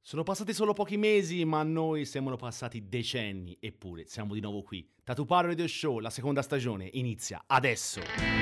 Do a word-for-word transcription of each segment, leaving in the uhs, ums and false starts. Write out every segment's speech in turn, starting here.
Sono passati solo pochi mesi, ma a noi sembrano passati decenni, eppure siamo di nuovo qui. Tatuapalo Radio Show, la seconda stagione, inizia adesso.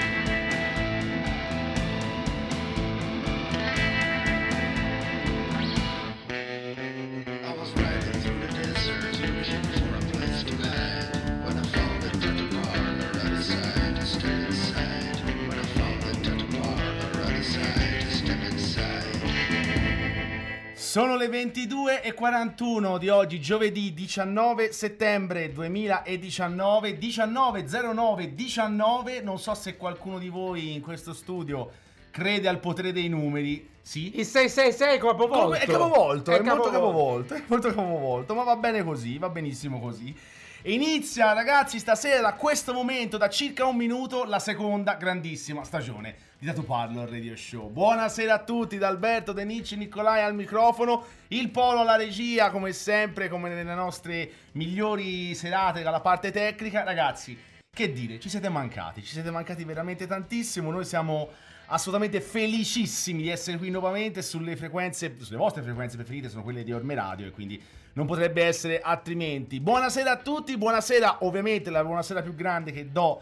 Sono le ventidue e quarantuno di oggi, giovedì diciannove settembre duemiladiciannove, diciannove zero nove diciannove. Non so se qualcuno di voi in questo studio crede al potere dei numeri. Sì? Il sei sei sei capovolto. È capovolto, è, è molto capovolto. capovolto, è molto capovolto, ma va bene così, va benissimo così. E inizia, ragazzi, stasera, da questo momento, da circa un minuto, la seconda grandissima stagione di Tatuapalo al Radio Show. Buonasera a tutti, da Alberto, Denici, Nicolai al microfono, il Polo alla regia, come sempre, come nelle nostre migliori serate dalla parte tecnica. Ragazzi, che dire, ci siete mancati, ci siete mancati veramente tantissimo. Noi siamo assolutamente felicissimi di essere qui nuovamente sulle frequenze, sulle vostre frequenze preferite, sono quelle di Orme Radio, e quindi non potrebbe essere altrimenti. Buonasera a tutti, buonasera, ovviamente la buonasera più grande che do,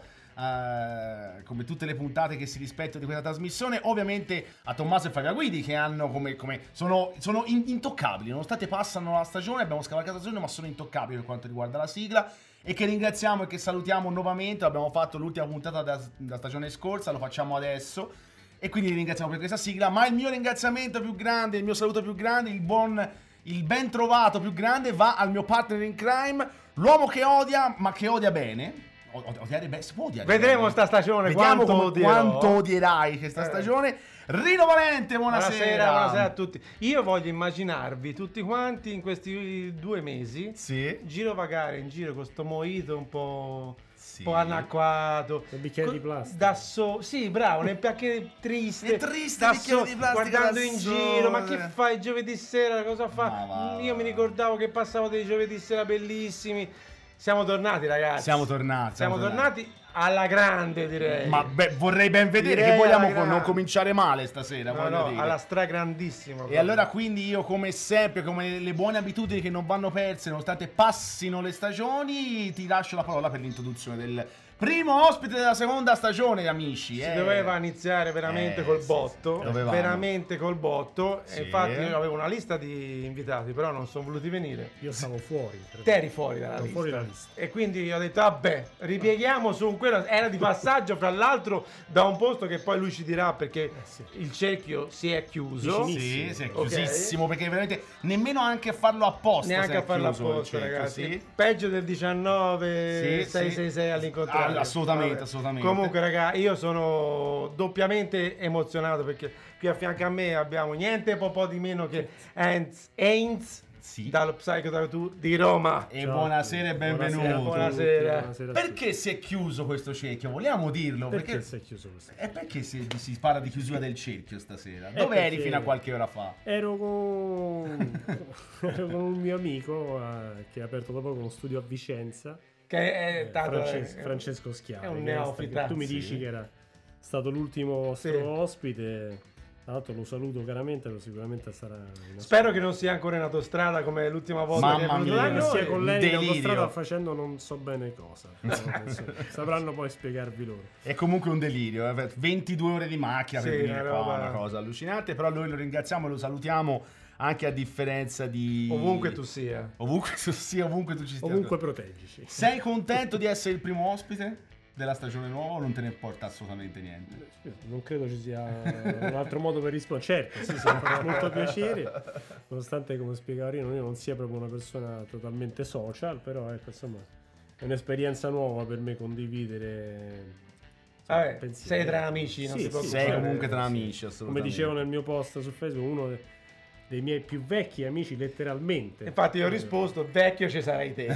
uh, come tutte le puntate che si rispettano di questa trasmissione, ovviamente a Tommaso e Fabio Guidi, che hanno come, come sono, sono in, intoccabili, nonostante passano la stagione, abbiamo scavalcato la stagione, ma sono intoccabili per quanto riguarda la sigla, e che ringraziamo e che salutiamo nuovamente. Abbiamo fatto l'ultima puntata della, della stagione scorsa, lo facciamo adesso, e quindi vi ringraziamo per questa sigla. Ma il mio ringraziamento più grande, il mio saluto più grande, il buon, il ben trovato più grande va al mio partner in crime, l'uomo che odia, ma che odia bene. O- odiare bene, si può odiare Vedremo bene. sta stagione. Vediamo quanto, come, odierò. quanto odierai questa Eh. stagione. Rino Valente, buonasera. Buonasera, buonasera a tutti. Io voglio immaginarvi tutti quanti in questi due mesi Sì. girovagare in giro con sto mojito un po', Sì. un po' anacquato, Un bicchiere co- di plastica. da so sì, bravo, nel perché triste, È triste da il bicchiere di plastica guardando da in solo. giro. Ma che fai giovedì sera? Cosa fa? Ma va. Io mi ricordavo che passavo dei giovedì sera bellissimi. Siamo tornati, ragazzi. Siamo tornati. Siamo tornati alla grande, direi. Ma beh, vorrei ben vedere, Direi che vogliamo alla non grande. cominciare male stasera. No, voglio no, dire. alla stragrandissima. E allora quindi io, come sempre, come le buone abitudini che non vanno perse nonostante passino le stagioni, ti lascio la parola per l'introduzione del primo ospite della seconda stagione, amici. Si eh. doveva iniziare veramente Eh, col sì, botto, sì, dovevamo. veramente col botto. Sì. E infatti io avevo una lista di invitati, però non sono voluti venire. Io stavo fuori. Te eri fuori dalla Ero lista. fuori dalla lista. E quindi ho detto, vabbè, ripieghiamo su quello. Era di passaggio, fra l'altro, da un posto che poi lui ci dirà perché sì. il cerchio si è chiuso. Sì, sì, è Ok. chiusissimo, perché veramente nemmeno anche a farlo apposta. Neanche se è a farlo chiuso il apposta, cerchio, ragazzi. sì. Peggio del diciannove Sì, sei sì. sei sei all'incontrario. Ah, assolutamente, Vabbè. assolutamente. Comunque, raga, io sono doppiamente emozionato perché qui a fianco a me abbiamo niente po', po' di meno che Heinz Heinz Sì. dallo Psycho Tattoo di Roma. E Ciao. buonasera e benvenuto. Buonasera. Buonasera a tutti. Perché si è chiuso questo cerchio? Vogliamo dirlo? Perché si è chiuso questo? E perché si, si parla di chiusura del cerchio stasera? Eh, Dove eri perché- fino a qualche ora fa? Ero con... ero con un mio amico eh, che ha aperto da poco uno studio a Vicenza. Che è eh, tanto Frances- è- Francesco Schiavi. è un che sta- neofita. che tu mi Sì. dici che era stato l'ultimo vostro Sì. ospite. Tra l'altro lo saluto chiaramente, lo sicuramente sarà... in Spero che non sia ancora in autostrada come l'ultima volta Mamma che è venuto mia. da che noi. sia con lei in delirio. autostrada facendo non so bene cosa. Però adesso sapranno poi spiegarvi loro. È comunque un delirio, eh, ventidue ore di macchina per Sì, venire una qua, roba- una cosa allucinante, però noi lo ringraziamo e lo salutiamo anche a differenza di... Ovunque tu sia. Ovunque tu sia, ovunque tu ci stia. Ovunque proteggici. Sei contento di essere il primo ospite della stagione nuova o non te ne importa assolutamente niente? Non credo ci sia un altro modo per rispondere. Certo, sì, sì, mi fa molto piacere. Nonostante, come spiegava Rino, io non sia proprio una persona totalmente social, però ecco, insomma, è un'esperienza nuova per me condividere. insomma, Vabbè, pensieri. sei tra amici, non Sì, si può sì, Sei fare- comunque tra sì. amici, Come assolutamente. dicevo nel mio post su Facebook, uno de- dei miei più vecchi amici, letteralmente. Infatti io ho Eh, risposto, vecchio ci sarai te.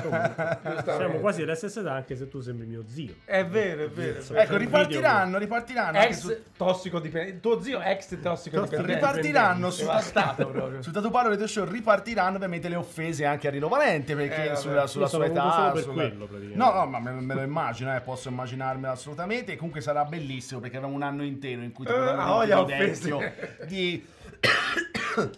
Siamo quasi della stessa età, anche se tu sembri mio zio. È vero, è vero. È vero. Ecco, ripartiranno, ripartiranno. anche Ex su- tossico dipendente. Tuo zio ex tossico dipendente. Ripartiranno su, Devastato proprio. su Tatuapalo Radio Show, ripartiranno ovviamente le offese anche a Rino Valente, perché Eh, vabbè. sulla, sulla Io sono sua venuto età solo per sulla- quello, praticamente. no no ma me, me lo immagino, eh, posso immaginarmelo assolutamente, e comunque sarà bellissimo perché avremo un anno intero in cui ti Eh, potremo ah, voglia dire offese. vecchio di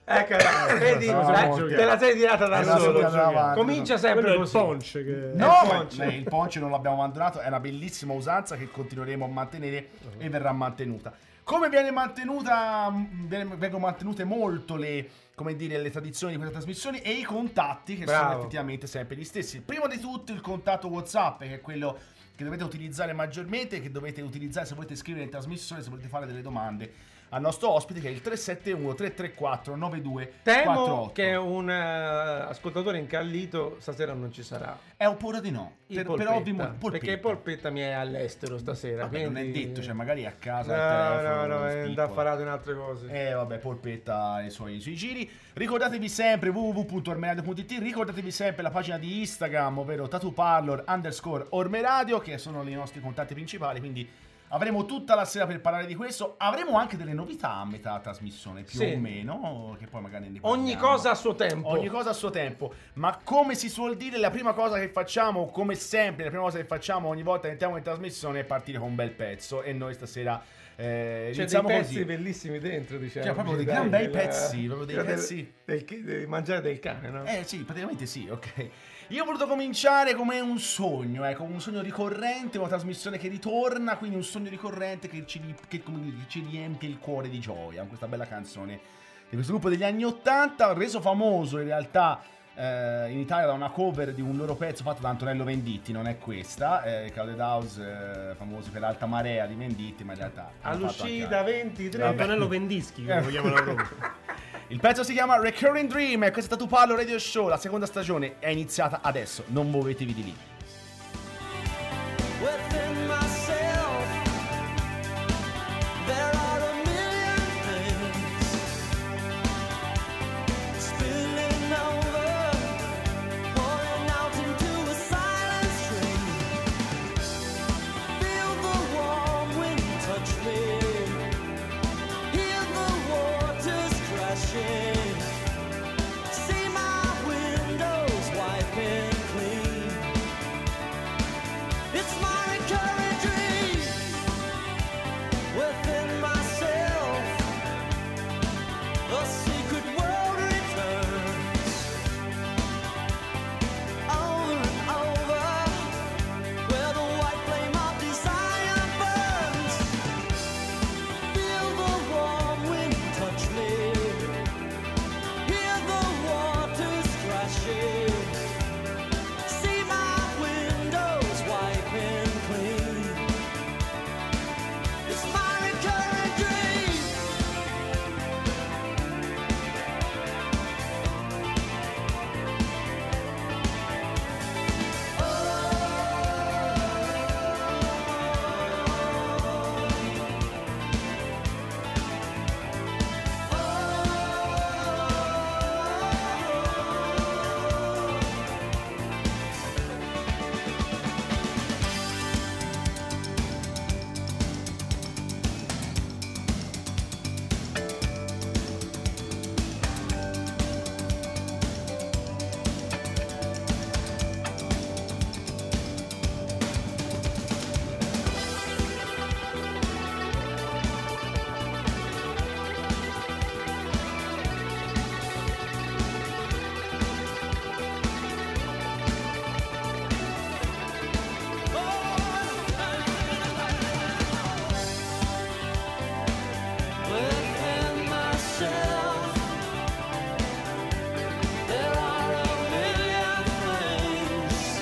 Ecco, vedi, no, dai, no, te la sei tirata da Eh, no, solo. sì, avanti, Comincia no. sempre Quello è il così. punch che... No, il ma- ponce. eh, il ponce non l'abbiamo abbandonato, è una bellissima usanza che continueremo a mantenere e verrà mantenuta. Come viene mantenuta, mh, viene- vengono mantenute molto le, come dire, le tradizioni di queste trasmissioni e i contatti che sono Bravo. effettivamente sempre gli stessi. Prima di tutto il contatto WhatsApp, che è quello che dovete utilizzare maggiormente, che dovete utilizzare se volete scrivere in trasmissione, se volete fare delle domande al nostro ospite, che è il tre sette uno tre tre quattro nove due quattro Temo otto. che un eh, ascoltatore incallito stasera non ci sarà. È un paura di no, Il per, per Polpetta, ovvi motivi. Polpetta. perché Polpetta mi è all'estero stasera. Vabbè, non è quindi- detto, cioè magari è a casa No, al telefono, no, no, non è spiccola. indaffarato in altre cose. Eh vabbè, Polpetta e i suoi, i suoi giri. Ricordatevi sempre w w w punto ormeradio punto it, ricordatevi sempre la pagina di Instagram, ovvero tatuparlor underscore ormeradio, che sono i nostri contatti principali, quindi avremo tutta la sera per parlare di questo. Avremo anche delle novità a metà trasmissione, più Sì. o meno, che poi magari ne Ogni parliamo. cosa a suo tempo. Ogni cosa a suo tempo, ma come si suol dire, la prima cosa che facciamo, come sempre, la prima cosa che facciamo ogni volta che entriamo in trasmissione è partire con un bel pezzo. E noi stasera eh, C'è iniziamo dei pezzi così. bellissimi dentro, diciamo. Cioè, proprio dei Dai, gran bei del- pezzi, proprio dei del- pezzi. Del, del, del mangiare del cane, no? Eh sì, praticamente sì, ok. Io ho voluto cominciare come un sogno, ecco, un sogno ricorrente, una trasmissione che ritorna, quindi un sogno ricorrente che ci, ri- che, come dire, ci riempie il cuore di gioia, con questa bella canzone di questo gruppo degli anni ottanta, reso famoso in realtà eh, in Italia da una cover di un loro pezzo fatto da Antonello Venditti, non è questa, eh, Crowded House, eh, famosi per Alta Marea di Venditti, ma in realtà hanno fatto All'uscita anche- ventitré. Antonello Vendischi, che lo chiamano proprio. Il pezzo si chiama Recurring Dream e questo è Tatu Parlo Radio Show. La seconda stagione è iniziata adesso, non muovetevi di lì. Within myself, there are a million things spilling over, pouring out into a silent stream. Feel the warm wind touch me, hear the waters crashing, see my windows wiping clean. It's my recurring dream. Within myself, a secret world returns over and over, where the white flame of desire burns. Feel the warm wind touch me, hear the waters crashing. See my windows wiping clean. It's my recurring dream. Within myself, there are a million things.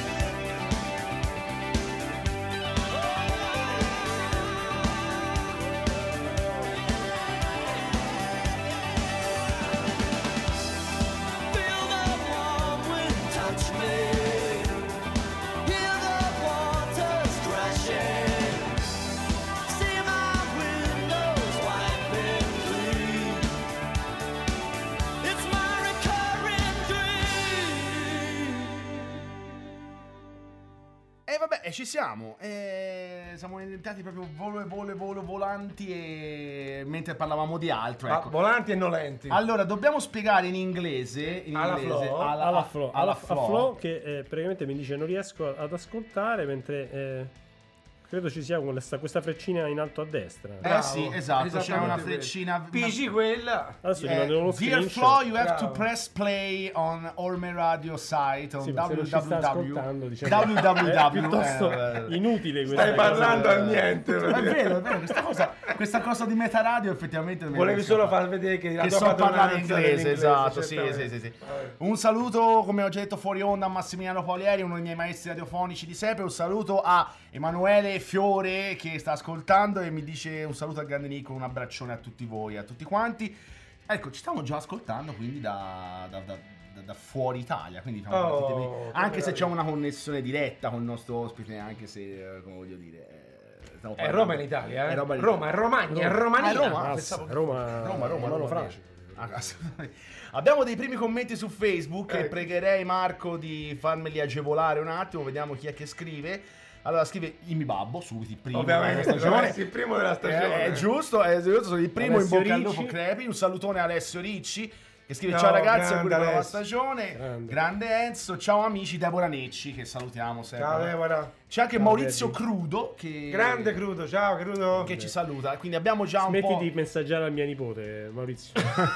Feel the warm wind touch me, hear the waters crashing. See my windows wiping clean. It's my recurring dream. E vabbè, e ci siamo. E siamo entrati proprio volo e volo e volo volanti e mentre parlavamo di altro, Ah, ecco. volanti e nolenti. Allora, dobbiamo spiegare in inglese, in Alla inglese flow? alla, alla flow, alla, flow. a flow che eh, praticamente mi dice non riesco ad ascoltare mentre eh, credo ci sia questa, questa freccina in alto a destra. Eh Bravo, sì, esatto, c'è esattamente una quello. freccina. Pigi quella. Adesso ti Eh, mando uno Dear screenshot. Flo, you have to Bravo. press play on Olme Radio site on Sì, ma se non ci sta www. ascoltando, diciamo, www. è piuttosto Eh, eh, inutile questa Stai cosa. parlando a niente. È vero, è vero, questa cosa, questa cosa di Meta Radio effettivamente non mi Volevi riesco a solo fare. far vedere che la Che tua so parlare padronanza inglese, dell'inglese, esatto, sì, certamente. sì, sì, sì. Vabbè. Un saluto, come ho già detto fuori onda, a Massimiliano Paulieri, uno dei miei maestri radiofonici di sempre. Un saluto a Emanuele Fiore che sta ascoltando e mi dice un saluto al grande Nico, un abbraccione a tutti voi, a tutti quanti. Ecco, ci stiamo già ascoltando quindi da, da, da, da- da fuori Italia, quindi diciamo, Oh, partite bene. che Anche se c'è meraviglia. una connessione diretta con il nostro ospite, anche se, eh, come voglio dire... eh, stiamo È parlando- Roma in Italia, eh? È Roma in Roma, è Italia. Romagna, è Ah, Romania. Roma. Ah, pensavo- Roma, Roma, Roma, Romano Roma, Francia. Ah, assolutamente. Abbiamo dei primi commenti su Facebook e Ecco. pregherei Marco di farmeli agevolare un attimo, vediamo chi è che scrive. Allora scrive Imi Babbo, subito il primo Ovviamente, della stagione. dovresti il primo della stagione. Eh, È giusto, è giusto, sono il primo Alessio in bocca al lupo Ricci. Crepi. Un salutone a Alessio Ricci che scrive Ciao, ciao ragazzi, grande auguri per la nuova Alessio. stagione. Grande. Grande Enzo, ciao amici, Deborah Necci che salutiamo sempre. Ciao, Deborah. C'è anche Ciao, Maurizio Debbie. Crudo che, Grande Crudo, ciao Crudo. che ci saluta. Quindi abbiamo già un Smetti po'... di messaggiare a mia nipote, Maurizio.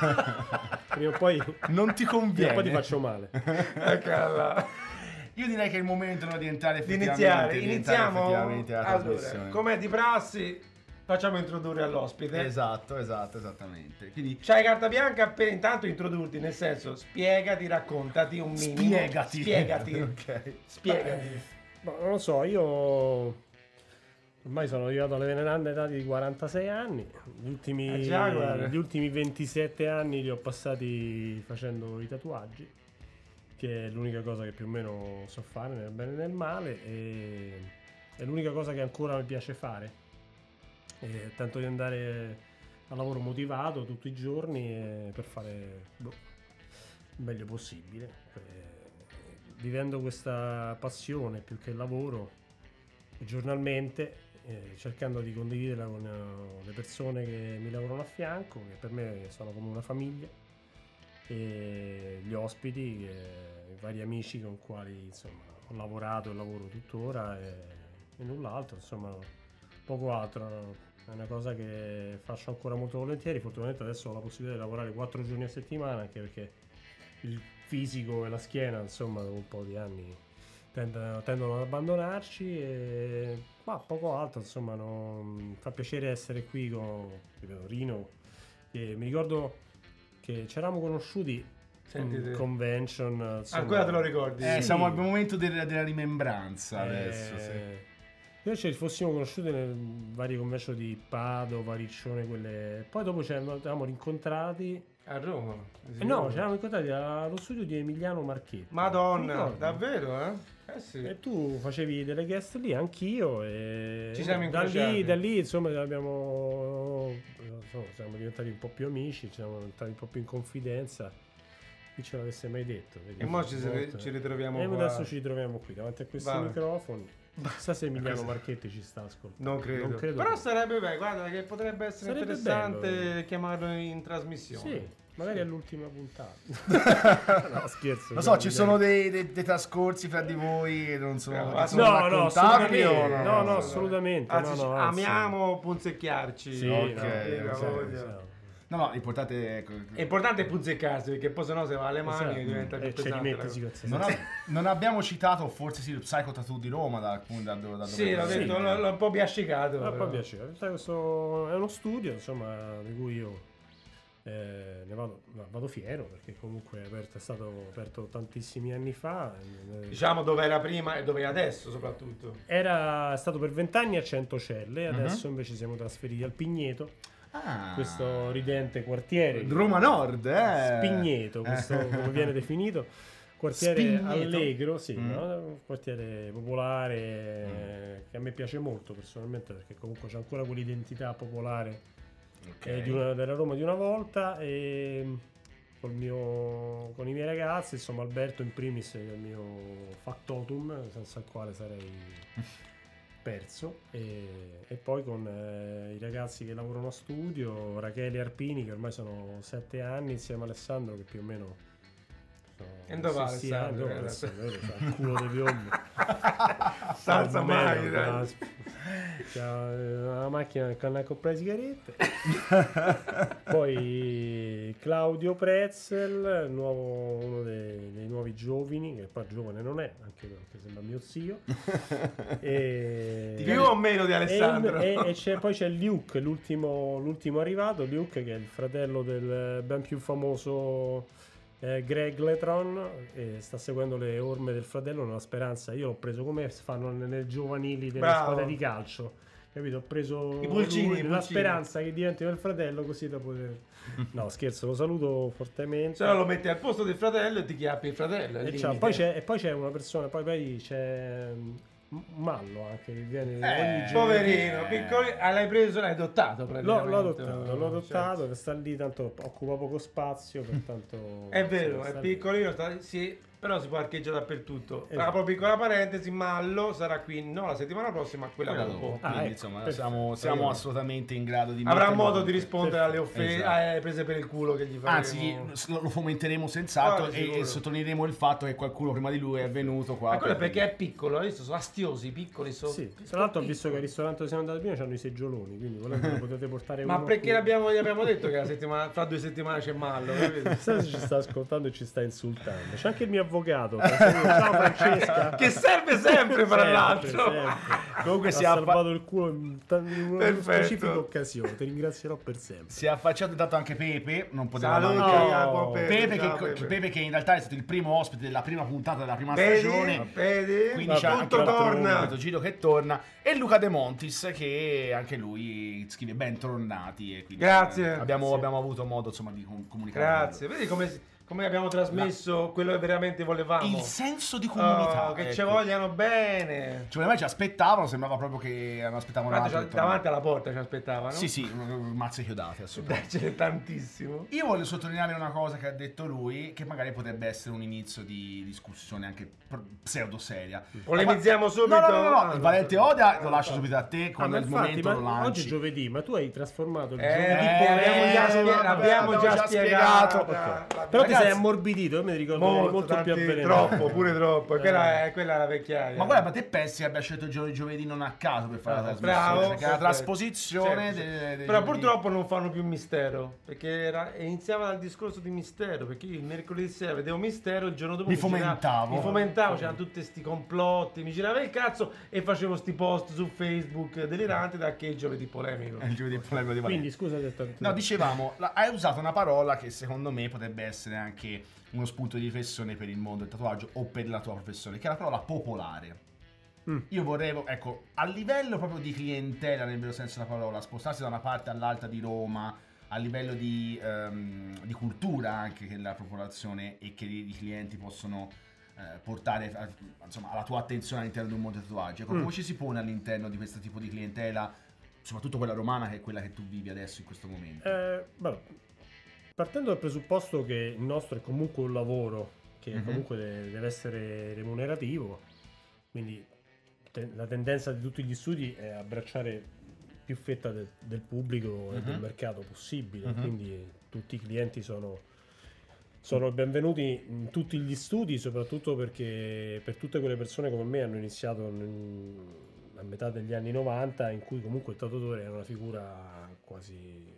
Prima o poi, prima Non ti o conviene. poi ti faccio male. Eccola là. Io direi che è il momento no, di entrare Di effettivamente, iniziare, di entrare iniziamo. effettivamente alla Allora, trasmissione. come di prassi, facciamo introdurre all'ospite. Esatto, esatto, esattamente. Quindi C'hai carta bianca per intanto introdurti, nel senso, spiegati, raccontati un minimo. spiegati. Spiegati. Ok. Spiegati. Ma non lo so, io ormai sono arrivato alle venerande età di quarantasei anni. Gli ultimi, Eh già, guarda. gli ultimi ventisette anni li ho passati facendo i tatuaggi, che è l'unica cosa che più o meno so fare nel bene e nel male, e è l'unica cosa che ancora mi piace fare. E tento di andare a lavoro motivato tutti i giorni e per fare boh, il meglio possibile. Eh, vivendo questa passione più che il lavoro giornalmente, eh, cercando di condividerla con eh, le persone che mi lavorano a fianco, che per me sono come una famiglia, e gli ospiti, che- i vari amici con quali insomma ho lavorato e lavoro tuttora, e, e null'altro, insomma poco altro. È una cosa che faccio ancora molto volentieri. Fortunatamente adesso ho la possibilità di lavorare quattro giorni a settimana, anche perché il fisico e la schiena, insomma, dopo un po' di anni tendono, tendono ad abbandonarci, e ma poco altro, insomma, non, fa piacere essere qui con, ripeto, Rino, che mi ricordo che ci eravamo conosciuti Sentite. in convention, insomma. Ancora te lo ricordi? Eh, Sì. siamo al momento del- della rimembranza adesso. Eh, Sì. Noi ci fossimo conosciuti nel varie convention di Padova, Riccione, quelle. Poi dopo ci eravamo rincontrati. A Roma. Eh no, ci eravamo incontrati allo studio di Emiliano Marchetti. Ti Madonna, ricordi? davvero, eh? Eh sì. E tu facevi delle guest lì, anch'io, e Ci siamo da incrociati. lì, da lì insomma abbiamo insomma, siamo diventati un po' più amici, ci siamo entrati un po' più in confidenza. Chi ce l'avesse mai detto? vedi? E mo ci, Molto. ci ritroviamo E qua. adesso ci ritroviamo qui davanti a questi Vabbè. microfoni. Chissà se Emiliano Marchetti ci sta ascoltando. Non credo. Non credo Però proprio. sarebbe bello, guarda che potrebbe essere Sarebbe interessante bello. chiamarlo in trasmissione. Sì, magari all'ultima puntata. No, scherzo. Lo so, ci sono dei, dei- dei trascorsi fra di voi che non sono, No, che sono No, no, raccontabili assolutamente. o No, no, assolutamente. Anzi, no, no, amiamo punzecchiarci. Sì, Ok, no, ok, esatto, voglio. esatto. No, no, l'importante è... Ecco, È importante punzeccarsi perché poi sennò se va alle mani Esatto. diventa più E ce li pesante. metti la- sì, non, ab- non abbiamo citato forse sì il Psycho Tattoo di Roma da, da, da dove... Sì, l'ho Sì. detto, l'ho, l'ho un po' biascicato. Ah, però. poi piacere. Sai, questo è uno studio, insomma, di cui io eh, ne vado, no, vado fiero, perché comunque è, aperto, è stato aperto tantissimi anni fa. eh, Diciamo dove era prima e dove è adesso soprattutto. Era stato per vent'anni a Centocelle, adesso invece siamo trasferiti al Pigneto, Ah, questo ridente quartiere. Roma Nord, eh! Spigneto, questo come viene definito. Quartiere Spigneto? allegro, sì, Mm. no? Un quartiere popolare, eh, che a me piace molto personalmente, perché comunque c'è ancora quell'identità popolare Ok. eh, di una- della Roma di una volta, e col mio, con i miei ragazzi, insomma Alberto in primis, che è il mio factotum, senza il quale sarei perso, e, e poi con eh, i ragazzi che lavorano a studio, Rachele e Arpini, che ormai sono sette anni, insieme a Alessandro, che più o meno sono E dove va sì, sì, Alessandro? eh, dove Alessandro? Vedi, c'ha il culo di piombo. Salsa Bello, mai, dai. ma- c'ha una macchina che canna a comprare sigarette. Poi Claudio Pretzel, nuovo- uno dei, dei nuovi giovani, che poi giovane non è, anche perché sembra mio zio. E, Più o meno di Alessandro. E, e- e c'è- poi c'è Luke, l'ultimo, l'ultimo arrivato, Luke, che è il fratello del ben più famoso eh, Greg Letron, e sta seguendo le orme del fratello nella speranza. Io l'ho preso come fanno nelle giovanili delle Bravo. squadre di calcio, capito? Ho preso I pulcini, lui i nella pulcini. speranza che diventi il fratello, così da poter... No, scherzo, lo saluto fortemente. Se no lo metti al posto del fratello e ti chiappi il fratello. è il E, c'ha- limite. poi, c'è, e poi c'è una persona, poi, poi c'è mm, Mallo anche che viene ogni giorno. Poverino, piccoli, ah, l'hai preso, l'hai adottato L'ho, praticamente. l'ho adottato, l'ho adottato, Cioè, che sta lì, tanto occupa poco spazio, pertanto... è vero, sta è lì. piccolino, sta- sì, però si può parcheggiare dappertutto. Esatto. Apro piccola parentesi, Mallo sarà qui non la settimana prossima, ma quella, Quella dopo. dopo. Ah, Quindi, ecco, insomma, perfetto. siamo, siamo Prego. assolutamente in grado di Avrà metterlo- modo di rispondere alle Perfetto. offese, Esatto. alle prese per il culo che gli faremo. Anzi, lo lo fomenteremo senz'altro Ah, e, sicuro. e sottolineeremo il fatto che qualcuno prima di lui è venuto qua. Ma quello è per- perché è piccolo, hai visto? Sono astiosi, piccoli, sono Sì, sono tra l'altro ho visto che al piccoli. ristorante dove siamo andati prima c'hanno i seggioloni, quindi volendo lo potete portare Ma uno perché qui. l'abbiamo, gli abbiamo detto che la settimana, fra due settimane c'è Mallo, capito? Chissà se ci sta ascoltando e ci sta insultando. C'è anche il mio avvocato. Ciao Francesca. Che serve sempre, fra Sempre, l'altro. sempre. Comunque Ha si è, affa- salvato il culo in, ta- in una Perfetto. specifica occasione. Ti ringrazierò per sempre. si è affacciato intanto anche Pepe, non poteva Saluti mancare. a No. buon Pepe, Pepe, ciao, che, Pepe. Pepe che in realtà è stato il primo ospite della prima puntata della prima Vedi? stagione. Vedi? Quindi Ma c'è anche tutto l'altro torna. questo giro che torna. E Luca De Montis che anche lui scrive bentornati. E quindi, Grazie. eh, Abbiamo, Sì. abbiamo avuto modo insomma di com- comunicare. Grazie, vedi come, come abbiamo trasmesso quello che veramente volevamo. Il senso di comunità. Oh, che ecco. ci vogliano bene. Cioè, ormai ci aspettavano, sembrava proprio che non aspettavano Guarda, altro. c'è- davanti alla porta ci aspettavano. Sì, sì, mazze chiodate, assolutamente. Beh, ce n'è tantissimo. Io voglio sottolineare una cosa che ha detto lui, che magari potrebbe essere un inizio di discussione anche pr- pseudo seria. Polemizziamo subito. No, no, no, no, Ah, il Valente Odia lo lascio subito a te, Ah, quando ma è il infatti, momento ma lo lanci. oggi è giovedì, ma tu hai trasformato il Eh, giovedì l'abbiamo polemica- già, spie- vabbè, l'abbiamo l'abbiamo già già spiegato. spiegato. L'abbiamo- Però ti Ragazzi, sei ammorbidito, io mi ricordo molto, molto, più tanti- avvelenato. troppo, pure troppo. Quella è, quella è la vecchiaia. Ma guarda, ma te pensi che abbia scelto il giorno di giovedì non a caso per fare la Ah, trasmissione? bravo, Perché è la perfetto. trasposizione Sì, sì. de- de- Però di- purtroppo non fanno più mistero, perché era- iniziava dal discorso di mistero, perché io il mercoledì sera vedevo mistero, il giorno dopo Mi mi girava- fomentavo. mi fomentavo, c'erano tutti sti complotti, mi girava il cazzo e facevo sti post su Facebook deliranti da che il giovedì polemico. È il giovedì polemico di Valente. Quindi scusa se tanto- No, dicevamo, la- hai usato una parola che secondo me potrebbe essere anche uno spunto di riflessione per il mondo del tatuaggio o per la tua professione, che è la parola popolare. Mm. Io vorrei, ecco, a livello proprio di clientela, nel vero senso della parola, spostarsi da una parte all'altra di Roma, a livello di, ehm, di cultura anche che la popolazione e che i clienti possono eh, portare a- insomma, alla tua attenzione all'interno di un mondo di tatuaggi. Ecco, Mm. come ci si pone all'interno di questo tipo di clientela, soprattutto quella romana che è quella che tu vivi adesso in questo momento? Eh, vabbè, partendo dal presupposto che il nostro è comunque un lavoro che Mhm. comunque de- deve essere remunerativo, quindi te- la tendenza di tutti gli studi è abbracciare più fetta del, del pubblico e del Mhm. mercato possibile, Mhm. quindi tutti i clienti sono, sono benvenuti in tutti gli studi, soprattutto perché per tutte quelle persone come me hanno iniziato in- a metà degli anni novanta, in cui comunque il tatuatore era una figura quasi,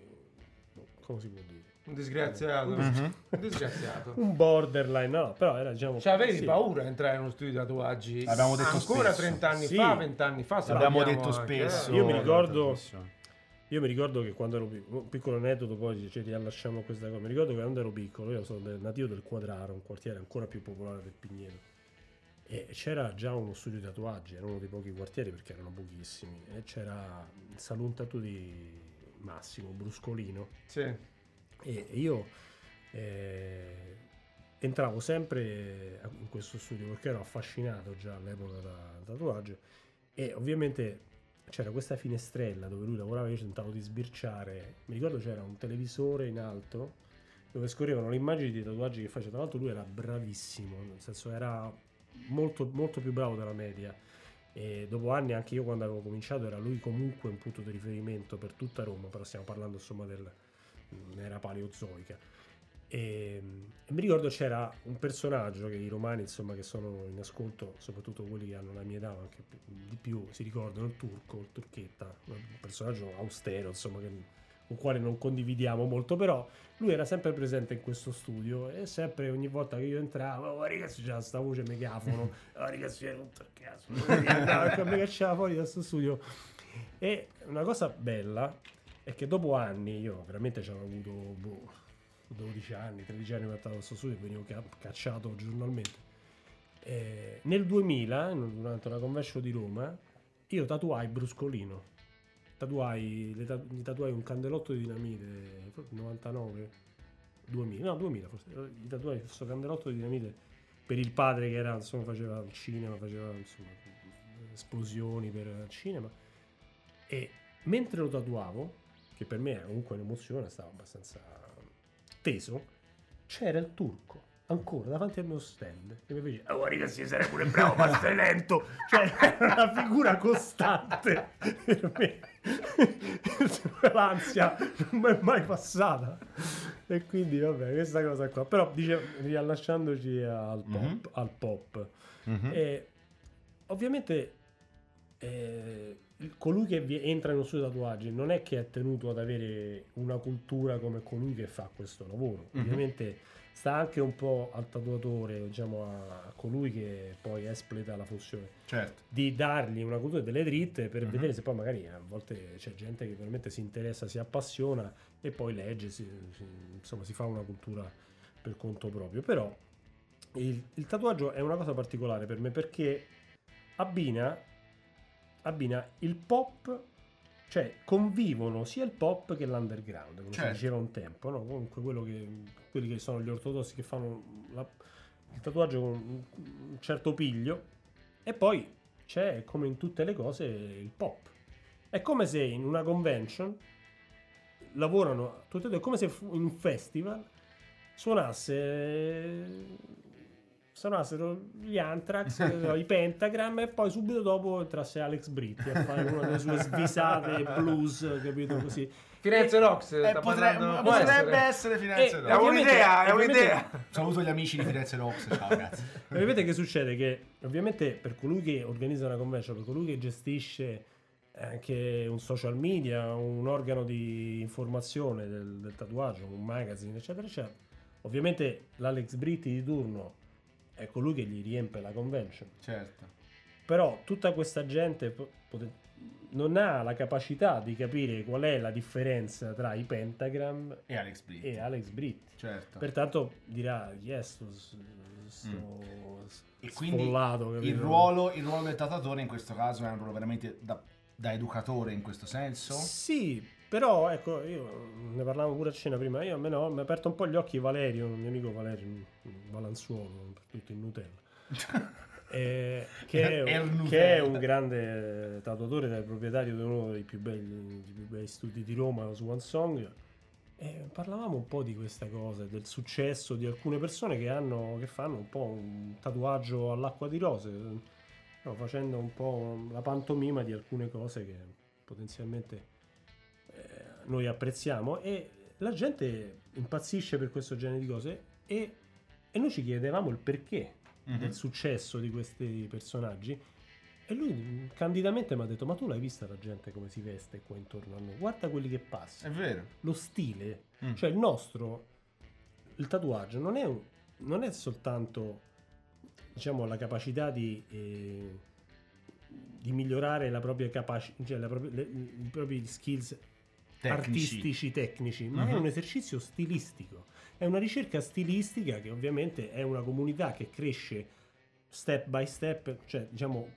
come si può dire, Un disgraziato. Mhm. Un disgraziato. un borderline, no, però era diciamo Cioè, avevi sì. paura di entrare in uno studio di tatuaggi? L'abbiamo detto ancora spesso. trenta anni Sì. fa, venti anni fa. se L'abbiamo vogliamo detto anche, spesso. eh. Io mi nella ricordo- trasmissione. Io mi ricordo che quando ero piccolo, un piccolo aneddoto, poi ci riallacciamo a questa cosa. Mi ricordo che quando ero piccolo, io sono del- nativo del Quadraro, un quartiere ancora più popolare del Pigneto, e c'era già uno studio di tatuaggi, era uno dei pochi quartieri perché erano pochissimi, e c'era il Saloon Tattoo di Massimo Bruscolino, Sì. e io eh, entravo sempre in questo studio perché ero affascinato già all'epoca da tatuaggio, e ovviamente c'era questa finestrella dove lui lavorava, io tentavo di sbirciare, mi ricordo c'era un televisore in alto dove scorrevano le immagini dei tatuaggi che faceva. Tra l'altro lui era bravissimo, nel senso era molto, molto più bravo della media, e dopo anni anche io quando avevo cominciato era lui comunque un punto di riferimento per tutta Roma, però stiamo parlando insomma del, era paleozoica. E, e mi ricordo c'era un personaggio che i romani, insomma, che sono in ascolto, soprattutto quelli che hanno la mia età, ma anche più- di più, si ricordano, il turco, il turchetta, un personaggio austero, insomma, che, con il quale non condividiamo molto, però lui era sempre presente in questo studio e sempre, ogni volta che io entravo, oh ragazzi, c'era sta voce megafono, oh ragazzi, era tutto il caso, mi cacciava fuori da questo studio. E una cosa bella è che dopo anni, io veramente ci avevo avuto boh, dodici anni, tredici anni, ho entrato in questo studio e venivo ca- cacciato giornalmente. Eh, nel duemila, durante una convention di Roma, io tatuai Bruscolino. Tatuai, le tatu- gli tatuai un candelotto di dinamite, novantanove, duemila, no duemila forse, gli tatuai questo candelotto di dinamite per il padre che era, insomma, faceva il cinema, faceva, insomma, esplosioni per il cinema. E mentre lo tatuavo, che per me era comunque un'emozione, stavo abbastanza teso, c'era il turco ancora davanti al mio stand che mi faceva: oh ragazzi, sarei pure bravo ma stai lento. Cioè era una figura costante per me. L'ansia non mi è mai passata, e quindi vabbè, questa cosa qua. Però dice, riallacciandoci al pop, Mhm. al pop Mhm. e ovviamente eh, il- colui che vi- entra in uno studio tatuaggi non è che è tenuto ad avere una cultura come colui che fa questo lavoro. Mhm. Ovviamente sta anche un po' al tatuatore, diciamo a, a colui che poi espleta la funzione, Certo. di dargli una cultura delle dritte per Mhm. vedere se poi magari a volte c'è gente che veramente si interessa, si appassiona e poi legge, si, si- insomma si fa una cultura per conto proprio. Però il, il tatuaggio è una cosa particolare per me perché abbina, abbina il pop, cioè convivono sia il pop che l'underground, come Certo. si diceva un tempo, no? Comunque quello che, quelli che sono gli ortodossi che fanno la- il tatuaggio con un, un certo piglio, e poi c'è, come in tutte le cose, il pop. È come se in una convention lavorano tutti e due, è come se fu- in un festival suonasse suonassero gli Anthrax, i Pentagram, e poi subito dopo entrasse Alex Britti a fare una delle sue svisate blues, capito, così. Firenze Rocks, Eh, sta potre- parlando- può potrebbe essere. essere Firenze Eh, Rock. È ovviamente- un'idea, è ovviamente- un'idea. Saluto gli amici di Firenze Rocks. Ciao ragazzi. E vedete che succede? Che ovviamente per colui che organizza una convention, per colui che gestisce anche un social media, un organo di informazione del, del tatuaggio, un magazine, eccetera, eccetera, ovviamente l'Alex Britti di turno è colui che gli riempie la convention. Certo. Però tutta questa gente po- poten- non ha la capacità di capire qual è la differenza tra i Pentagram E Alex Britti. e Alex Britti. Certo. Pertanto dirà: yes, sto, sto E quindi sfollato, il capito? ruolo, il ruolo del tatuatore in questo caso è un ruolo veramente da, da educatore in questo senso. Sì, però ecco, io ne parlavo pure a cena prima, io almeno mi ha aperto un po' gli occhi Valerio, un mio amico Valerio, un Valanzuolo, per tutto in Nutella. Eh, che, è, Er Nutella. che è un grande tatuatore, del proprietario di uno dei più belli, dei più bei studi di Roma, Swan Song. E parlavamo un po' di questa cosa, del successo di alcune persone che hanno, che fanno un po' un tatuaggio all'acqua di rose, no, facendo un po' la pantomima di alcune cose che potenzialmente eh, noi apprezziamo, e la gente impazzisce per questo genere di cose, e, e noi ci chiedevamo il perché Mhm. del successo di questi personaggi, e lui mm, candidamente mi ha detto: ma tu l'hai vista la gente come si veste qua intorno a noi? Guarda quelli che È passano, vero. lo stile, Mm. cioè il nostro, il tatuaggio non è, un- non è soltanto, diciamo, la capacità di, eh, di migliorare la propria capacità, cioè la propria- le- i propri skills Tecnici. artistici, tecnici, ma è Mhm. un esercizio stilistico, è una ricerca stilistica che ovviamente è una comunità che cresce step by step, cioè diciamo,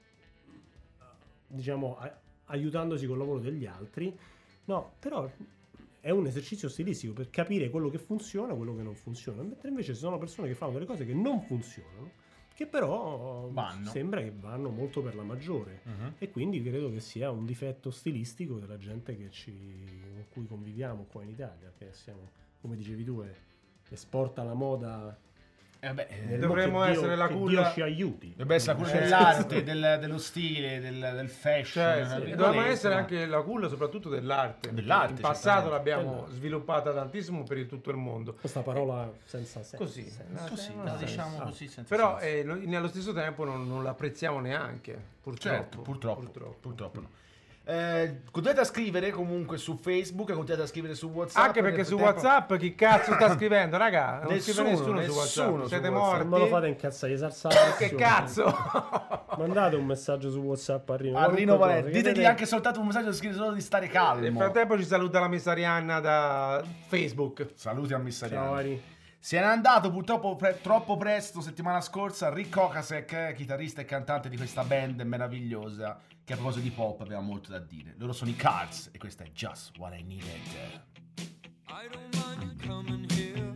diciamo a- aiutandosi col lavoro degli altri, no, però è un esercizio stilistico per capire quello che funziona, quello che non funziona, mentre invece ci sono persone che fanno delle cose che non funzionano, che però Vanno. sembra che vanno molto per la maggiore. Mhm. E quindi credo che sia un difetto stilistico della gente che ci, con cui conviviamo qua in Italia, che siamo, come dicevi tu, è- esporta la moda Eh, vabbè, eh, Nel dovremmo mo che essere Dio- la che culla- Dio ci aiuti. dovrebbe essere la culla Eh, dell'arte, del- dello stile, del, del fashion. Cioè, tra sì, virgolette, dovevamo essere no? anche la culla soprattutto dell'arte. Dell'arte, In passato certamente. l'abbiamo Quello. sviluppata tantissimo per il tutto il mondo. Questa parola senza senso. Così, Così, no, la no, diciamo ah. così senza Però senso. eh, lo- nello stesso tempo non, non l'apprezziamo neanche, purtroppo. Certo, purtroppo, Purtroppo. purtroppo no. Eh, continuate a scrivere comunque su Facebook, continuate a scrivere su WhatsApp. Anche perché nel su frattempo- WhatsApp chi cazzo sta scrivendo, raga? Non Nessuno, scrive nessuno, su nessuno WhatsApp. su Siete WhatsApp. Non me lo fate morti? incazzare, salsare. Che cazzo? Mandate un messaggio su WhatsApp a Rino. A Rino qualunque Valente, cosa, che ditegli vede- anche soltanto un messaggio scritto solo di stare calmo. Nel frattempo ci saluta la miss Arianna da Facebook. Saluti a Miss Ciao Arianna. Ari. Se n'è andato purtroppo pre- troppo presto settimana scorsa Rick Ocasek, eh, chitarrista e cantante di questa band meravigliosa che a proposito di pop aveva molto da dire. Loro sono i Cars e questa è Just What I Needed. I don't mind you coming here,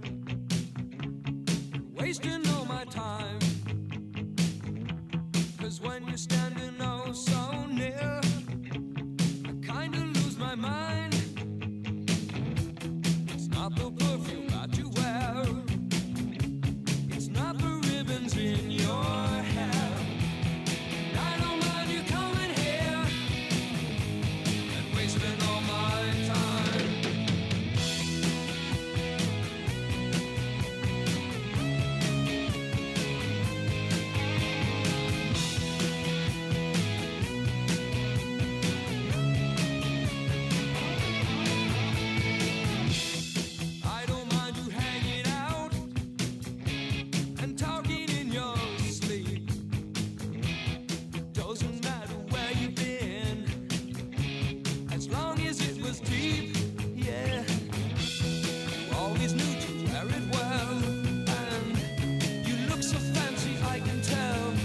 wasting all my time. Cause when you're standing oh so near, I kinda lose my mind. It's not the perfume that you wear, it's not the ribbons in your hair. I don't mind you coming here and wasting all my time. I don't mind you hanging out and talking in your sleep. Doesn't matter where you've been, as long as it was deep. Yeah, you always knew to wear it well, and you look so fancy, I can tell.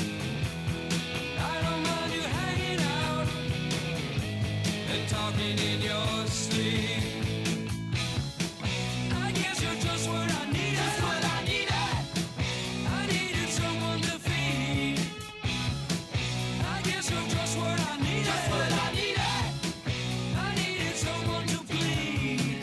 I don't mind you hanging out and talking in your sleep. I guess you're just what I needed. Just what I needed. I needed someone to feed. I guess you're just what I needed. Just what I needed. I needed someone to bleed.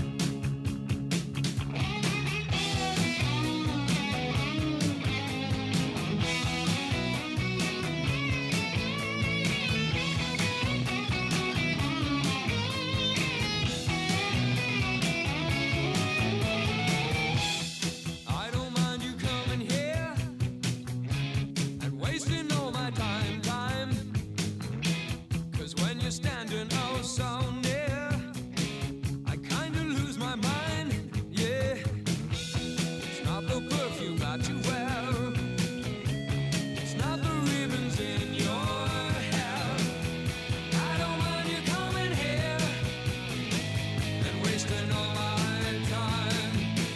I don't mind you coming here and wasting all my time, time. Cause when you're standing oh so near, I kinda lose my mind, yeah. It's not the perfume that you wear, it's not the ribbons in your hair. I don't mind you coming here and wasting all my time.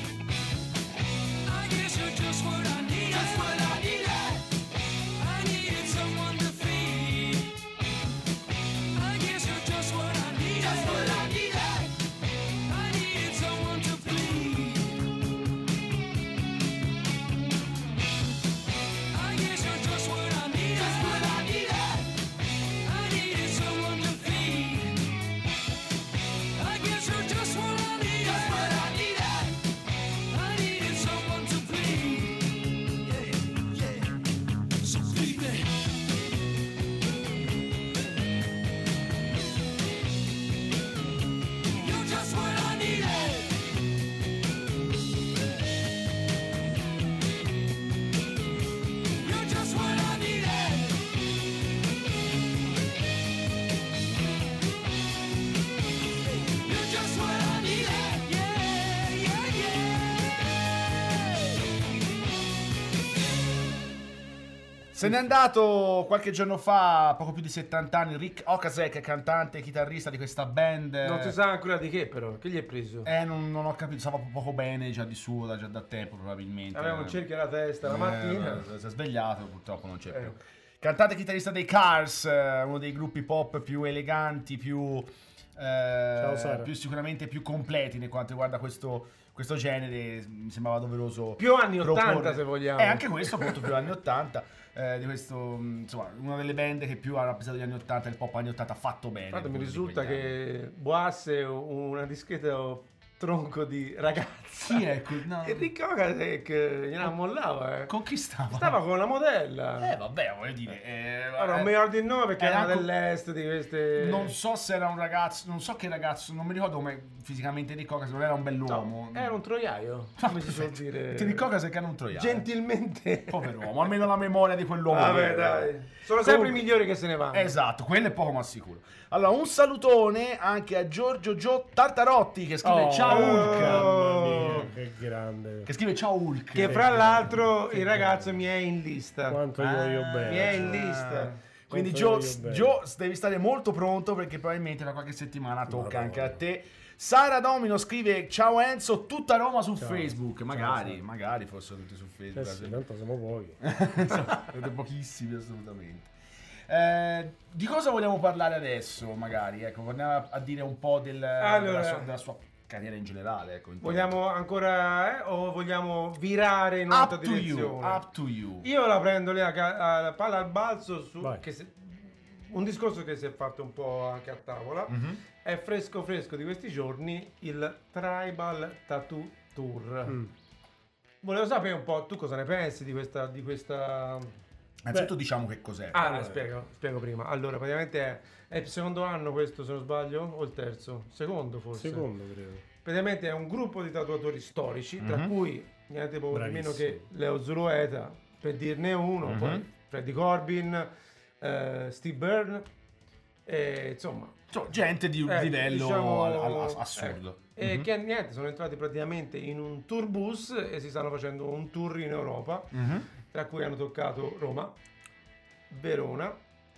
I guess you're just what I needed. Just what I needed. I needed someone to feed. I guess you're just what I needed. Just what I needed. I needed someone to bleed. I guess you're just what I needed. Just what I needed. I needed someone to feed. I guess you're just what I needed. Just what I needed. I needed someone to bleed. Yeah, yeah. So bleed me. You're just what I needed. You're just what I needed. You're just what I needed. Yeah, yeah, yeah. Se n'è andato qualche giorno fa, poco più di settanta anni, Rick Ocasek, cantante e chitarrista di questa band. Non si sa ancora di che però, che gli è preso? Eh, non, non ho capito, stava poco bene già di suo, da, già da tempo probabilmente. Aveva un cerchio alla testa la mattina. Eh, si è svegliato, purtroppo non c'è Eh. più. Cantante e chitarrista dei Cars, eh, uno dei gruppi pop più eleganti, più, eh, Sara. più sicuramente più completi per quanto riguarda questo, questo genere. Mi sembrava doveroso. Più anni proporre- ottanta, se vogliamo. Eh, anche questo, molto più anni ottanta. eh, di questo, mh, insomma, una delle band che più ha rappresentato gli anni ottanta, il pop anni ottanta fatto bene. Guarda, mi quello di risulta quegli anni. che Boas è una discreta tronco di ragazza. Chi è? quel- No. Enrico Ocasek gliela mollava, eh. Con chi stava? Stava con la modella. Eh vabbè, voglio dire... eh, Allora, non eh, mi ricordo il nome perché era era co- dell'est di queste... Non so se era un ragazzo, non so che ragazzo, non mi ricordo come fisicamente Enrico Ocasek, non era un bell'uomo. No, era un troiaio, come si suol dire. Enrico Ocasek era un troiano. Gentilmente. Povero uomo, almeno la memoria di quell'uomo. Vabbè, lì. dai. Sono sempre Comunque- i migliori che se ne vanno. Esatto, quello è poco ma sicuro. Allora, un salutone anche a Giorgio Gio Tartarotti che scrive Oh, ciao Hulk. Mamma mia, che grande. Che scrive ciao Hulk. Che fra l'altro il ragazzo mi è in lista. Quanto io voglio Ah, bene. Mi è in lista. Quindi Quanto Gio, voglio bene. Gio, devi stare molto pronto perché probabilmente da qualche settimana tocca Madonna. anche a te. Sara Domino scrive ciao Enzo, tutta Roma su Ciao. Facebook. Ciao, Magari, Sara. magari fossero tutti su Eh Facebook. sì, tanto siamo pochi. Siete pochissimi assolutamente. Eh, di cosa vogliamo parlare adesso? Magari, ecco, andiamo a dire un po' del- Allora. della, sua, della sua carriera in generale. Ecco, intendo. Vogliamo ancora eh, o vogliamo virare in Up un'altra to you, direzione? up to you. Io la prendo lì a, ca- a palla al balzo su Vai. che se- un discorso che si è fatto un po' anche a tavola. Mhm. È fresco fresco di questi giorni il Tribal Tattoo Tour. Mm. Volevo sapere un po' tu cosa ne pensi di questa di questa Innanzitutto diciamo che cos'è. Ah, Allora. spiego, spiego prima. Allora, praticamente è, è il secondo anno questo, se non sbaglio, o il terzo? Secondo forse. Secondo, credo. Praticamente è un gruppo di tatuatori storici, tra Mhm. cui niente po' di meno Bravissimo. che Leo Zulueta, per dirne uno, Mhm. poi Freddie Corbin, eh, Steve Byrne, e, insomma... Cioè, gente di un eh, livello diciamo, al- al- assurdo. eh, e Mhm. che niente, sono entrati praticamente in un tour bus e si stanno facendo un tour in Europa, Mhm. tra cui hanno toccato Roma, Verona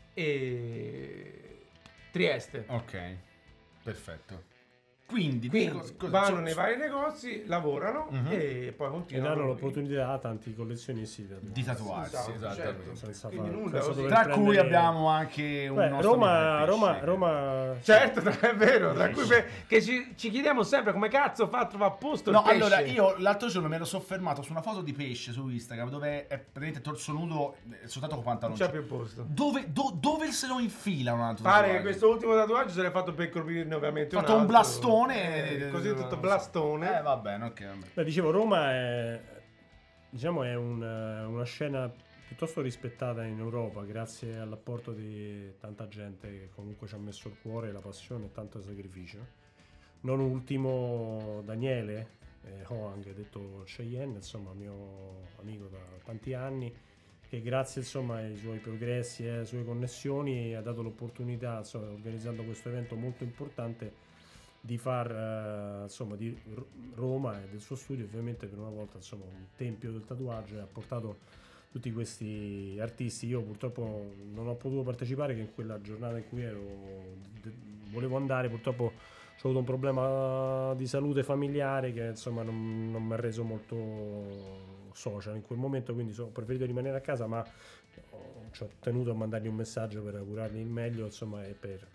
e Trieste. Ok, perfetto. Quindi, Quindi cos- cos- vanno so- nei vari negozi, lavorano Mhm. e poi E continuano. danno l'opportunità a tanti collezionisti di di tatuarsi, Esatto, esattamente. certo. senza Quindi fare- nulla, senza così. dover Tra cui prendere- abbiamo anche un Beh, nostro Roma, amico Roma, pesce. Roma. Certo, è vero, tra cui per- che ci, ci chiediamo sempre come cazzo fa a trovare a posto il No, pesce. allora io l'altro giorno mi ero soffermato su una foto di pesce su Instagram dove è praticamente torso nudo, eh, soltanto con non pantaloni. c'è più posto. Dove, do- dove se lo infila un altro Pare che tatuaggio? questo ultimo tatuaggio se l'è fatto per coprirne ovviamente Ha fatto un altro. blastone. Eh, così eh, tutto blastone. Eh, va bene, ok. vabbè. Beh, dicevo, Roma è, diciamo, è un- una scena piuttosto rispettata in Europa grazie all'apporto di tanta gente che comunque ci ha messo il cuore, la passione e tanto sacrificio. Non ultimo Daniele eh, Hoang, detto Cheyenne, insomma, mio amico da tanti anni, che grazie insomma ai suoi progressi e alle sue connessioni ha dato l'opportunità, insomma, organizzando questo evento molto importante, di far eh, insomma di R- Roma e del suo studio ovviamente per una volta insomma un tempio del tatuaggio, e ha portato tutti questi artisti. Io purtroppo non ho potuto partecipare, che in quella giornata in cui ero de- volevo andare, purtroppo ho avuto un problema di salute familiare che insomma non, non mi ha reso molto social in quel momento, quindi so- ho preferito rimanere a casa, ma ho, ci ho tenuto a mandargli un messaggio per augurargli il meglio, insomma, e per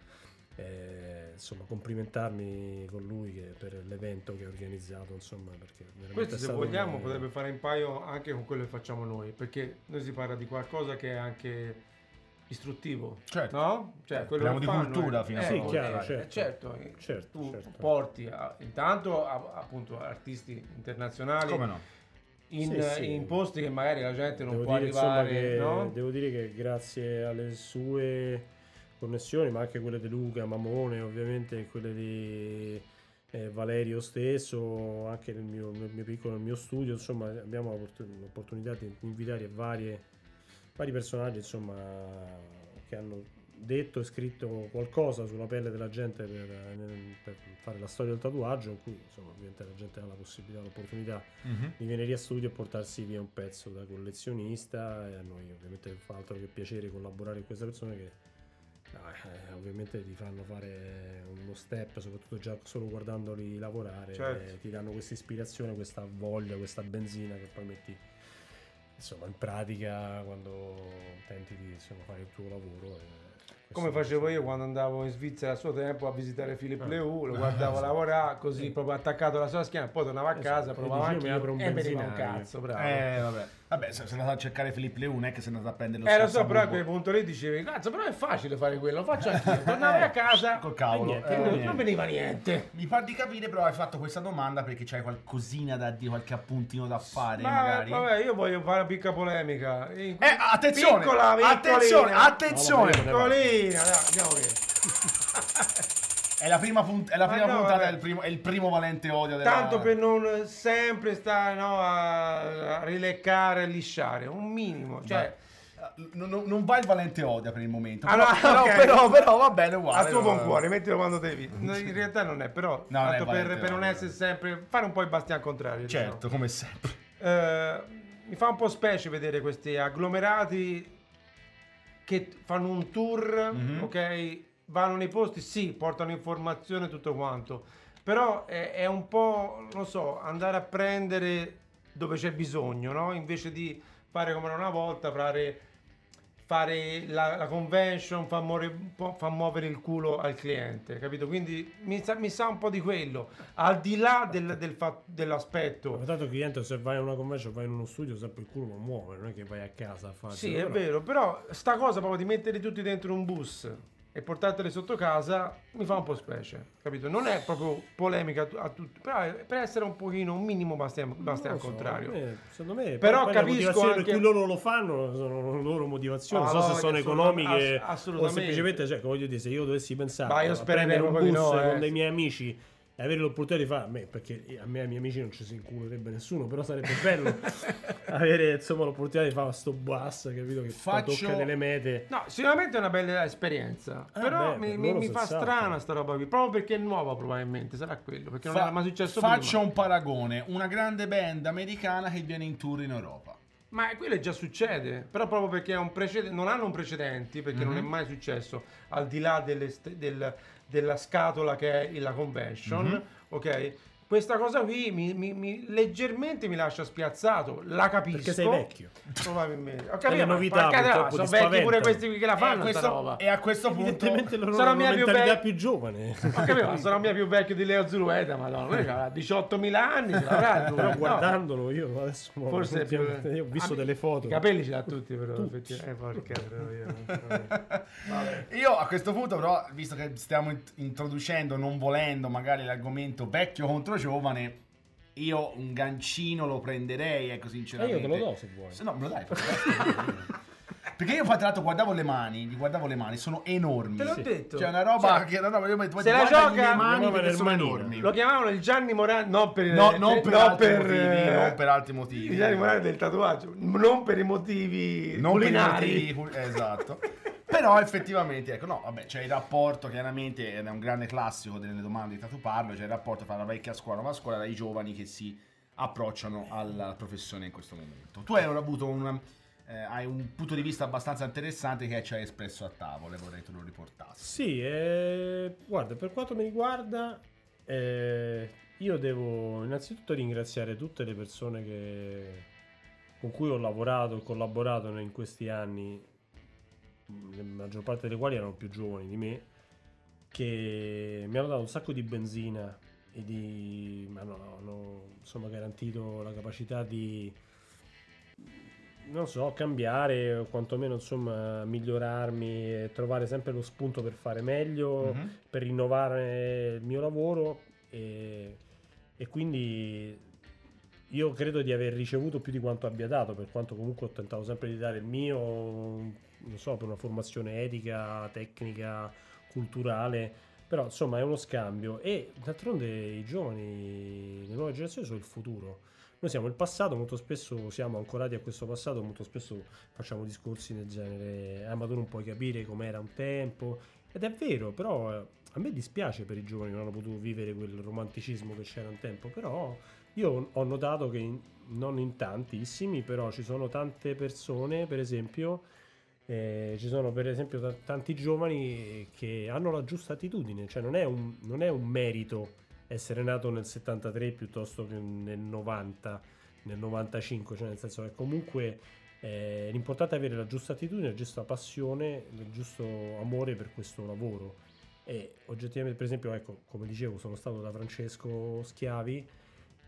eh, insomma complimentarmi con lui che per l'evento che ha organizzato, insomma, perché veramente Questo è se stato vogliamo un- potrebbe fare in paio anche con quello che facciamo noi, perché noi si parla di qualcosa che è anche istruttivo, Certo. no? Cioè, quello Parliamo che di fanno cultura è- fino a eh, Sì, fondo, chiaro, dai. certo. eh, certo, eh, Certo, tu certo. porti a- intanto a- appunto artisti internazionali Come no? in, Sì, sì. in posti che magari la gente non devo può dire, insomma, arrivare, che, no? devo dire che grazie alle sue connessioni, ma anche quelle di Luca Mamone, ovviamente, e quelle di eh, Valerio stesso, anche nel mio, nel mio piccolo, nel mio studio, insomma, abbiamo l'opport- l'opportunità di invitare varie, vari personaggi, insomma, che hanno detto e scritto qualcosa sulla pelle della gente per, per fare la storia del tatuaggio, in cui insomma ovviamente la gente ha la possibilità, l'opportunità Mhm. di venire a studio e portarsi via un pezzo da collezionista, e a noi ovviamente fa altro che piacere collaborare con queste persone che eh, ovviamente ti fanno fare uno step, soprattutto già solo guardandoli lavorare, Certo. e ti danno questa ispirazione, questa voglia, questa benzina che poi metti insomma in pratica quando tenti di insomma, fare il tuo lavoro. e Come questo, facevo io insomma, quando andavo in Svizzera a suo tempo a visitare Philippe Ah. Leu, lo guardavo lavorare così proprio attaccato alla sua schiena, poi tornavo a Esatto. casa, E provavo dici, io anche mi apro un e veniva un benzinaio. cazzo, bravo. Eh, vabbè. Vabbè, se sei andato a cercare Filippo Leone, non è che sei andato a prendere lo Eh, lo so, però a scazzabuco. quel punto lì dicevi, cazzo, però è facile fare quello, lo faccio anch'io. Tornavi a casa, Col cavolo. niente, eh, e non, niente. non veniva niente. Mi fa di capire, però hai fatto questa domanda perché c'hai qualcosina da dire, qualche appuntino da fare, Ma magari. vabbè, io voglio fare una piccola polemica. In- Eh, attenzione! Piccola, attenzione, piccolina. attenzione! No, vabbè, Piccolina, dai, andiamo via. È la prima, punt- è la Ma prima no, puntata, vabbè. è il, primo, è il primo valente odio della... Tanto per non sempre stare no, a, a rileccare e lisciare, un minimo, cioè Non, non- non va il valente odio per il momento. Ah, Però, no, però, ok. però, però va bene uguale. a tuo buon va- cuore, mettilo quando devi. No, in realtà non è, però No, non è tanto per, valente per non odio. essere sempre, fare un po' il bastian contrario. diciamo. Certo, come sempre. Eh, mi fa un po' specie vedere questi agglomerati che fanno un tour, Mhm. ok? Vanno nei posti, sì, portano informazione tutto quanto, però è, è un po', non so, andare a prendere dove c'è bisogno, no? Invece di fare come una volta, fare, fare la, la convention, fa muovere, un po'- fa muovere il culo al cliente, capito? Quindi mi sa, mi sa un po' di quello, al di là del, del fa- dell'aspetto. Ma tanto il cliente, se vai a una convention, vai in uno studio, sempre il culo lo muove, non è che vai a casa a fare. Sì, è vero, però sta cosa proprio di metterli tutti dentro un bus e portarteli sotto casa mi fa un po' specie, capito? Non è proprio polemica a tu- a tutti, però è per essere un pochino, un minimo bastian, bastian al contrario. Secondo me, Però poi capisco le motivazioni anche- per cui loro lo fanno sono le loro motivazioni, Ah, non so no, se sono che sono- economiche ass- o assolutamente. semplicemente, cioè, voglio dire, se io dovessi pensare Ma io a spererei prendere un proprio bus di no, eh. con dei miei amici e avere l'opportunità di fare, a me, perché a me e ai miei amici non ci si inculerebbe nessuno, però sarebbe bello avere insomma l'opportunità di fare sto bus, capito, che Faccio- tocca delle mete. No, sicuramente è una bella esperienza, Ah, però beh, mi, per mi- loro mi fa senz'altro. strana sta roba qui, proprio perché è nuova probabilmente, sarà quello, perché non Fa- era mai successo faccio prima. un paragone. Una grande band americana che viene in tour in Europa. Ma quello già succede, però proprio perché è un precede- non hanno un precedenti, perché non è Mhm. mai successo, al di là delle st- del- della scatola che è la convention, Mhm. ok? Questa cosa qui mi, mi- mi- leggermente mi lascia spiazzato, la capisco. Perché sei vecchio. Probabilmente. Ho le capito, ma novità, porca troia, purtroppo, sono ti vecchi pure spaventano. questi qui che la E a fanno sta questo, roba. e a questo punto... Evidentemente loro Sono hanno una mia più mentalità be- più giovane. Ho capito, ma sono mia più vecchio di Leo Zulueta, madonna, quello c'ha diciottomila anni, ce l'avrà, tu, Però no? guardandolo io adesso no, Forse è più- io ho visto Ah, delle foto. I capelli ce l'ha tutti, però. effettivamente. Eh, porca troia. Vabbè. Io a questo punto però, visto che stiamo int- introducendo, non volendo, magari l'argomento vecchio contro giovane, io un gancino lo prenderei, ecco, Eh, sinceramente. io te lo do se vuoi. Se no, me lo dai. Perché io poi tra l'altro guardavo le mani, gli guardavo le mani, sono enormi. Te l'ho Sì. detto. Cioè una roba Cioè, che no, no, io mi se la gioca- le mani Andiamo perché per sono Ermanino. enormi. Lo chiamavano il Gianni Morandi, non per, No, eh, non per non altri per, motivi, eh, non per altri motivi. il Gianni Morandi del tatuaggio, non per i motivi Non per i culinari. motivi cul- esatto. Però effettivamente, ecco, no, vabbè, c'è il rapporto, chiaramente, ed è un grande classico delle domande di Tatu Parlo, c'è il rapporto tra la vecchia scuola e la nuova scuola e i giovani che si approcciano alla professione in questo momento. Tu hai avuto un, eh, hai un punto di vista abbastanza interessante che ci hai espresso a tavola, e vorrei che tu lo riportassi. Sì, eh, guarda, per quanto mi riguarda, eh, io devo innanzitutto ringraziare tutte le persone che, con cui ho lavorato e collaborato in questi anni, la maggior parte delle quali erano più giovani di me, che mi hanno dato un sacco di benzina e di, ma no, hanno insomma garantito la capacità di, non so, cambiare o quantomeno insomma migliorarmi e trovare sempre lo spunto per fare meglio, Mhm. per rinnovare il mio lavoro e, e quindi io credo di aver ricevuto più di quanto abbia dato, per quanto comunque ho tentato sempre di dare il mio, non so, per una formazione etica, tecnica, culturale, però insomma è uno scambio e d'altronde i giovani, le nuove generazioni sono il futuro. Noi siamo il passato, molto spesso siamo ancorati a questo passato, molto spesso facciamo discorsi del genere, ah ma tu non puoi capire com'era un tempo, ed è vero, però eh, a me dispiace per i giovani che non hanno potuto vivere quel romanticismo che c'era un tempo, però io ho notato che in- non in tantissimi, però ci sono tante persone, per esempio, eh, ci sono per esempio t- tanti giovani che hanno la giusta attitudine, cioè non è un, non è un merito essere nato nel settantatré piuttosto che nel novanta, nel novantacinque, cioè nel senso che comunque eh, l'importante è avere la giusta attitudine, la giusta passione, il giusto amore per questo lavoro. E oggettivamente, per esempio, ecco, come dicevo, sono stato da Francesco Schiavi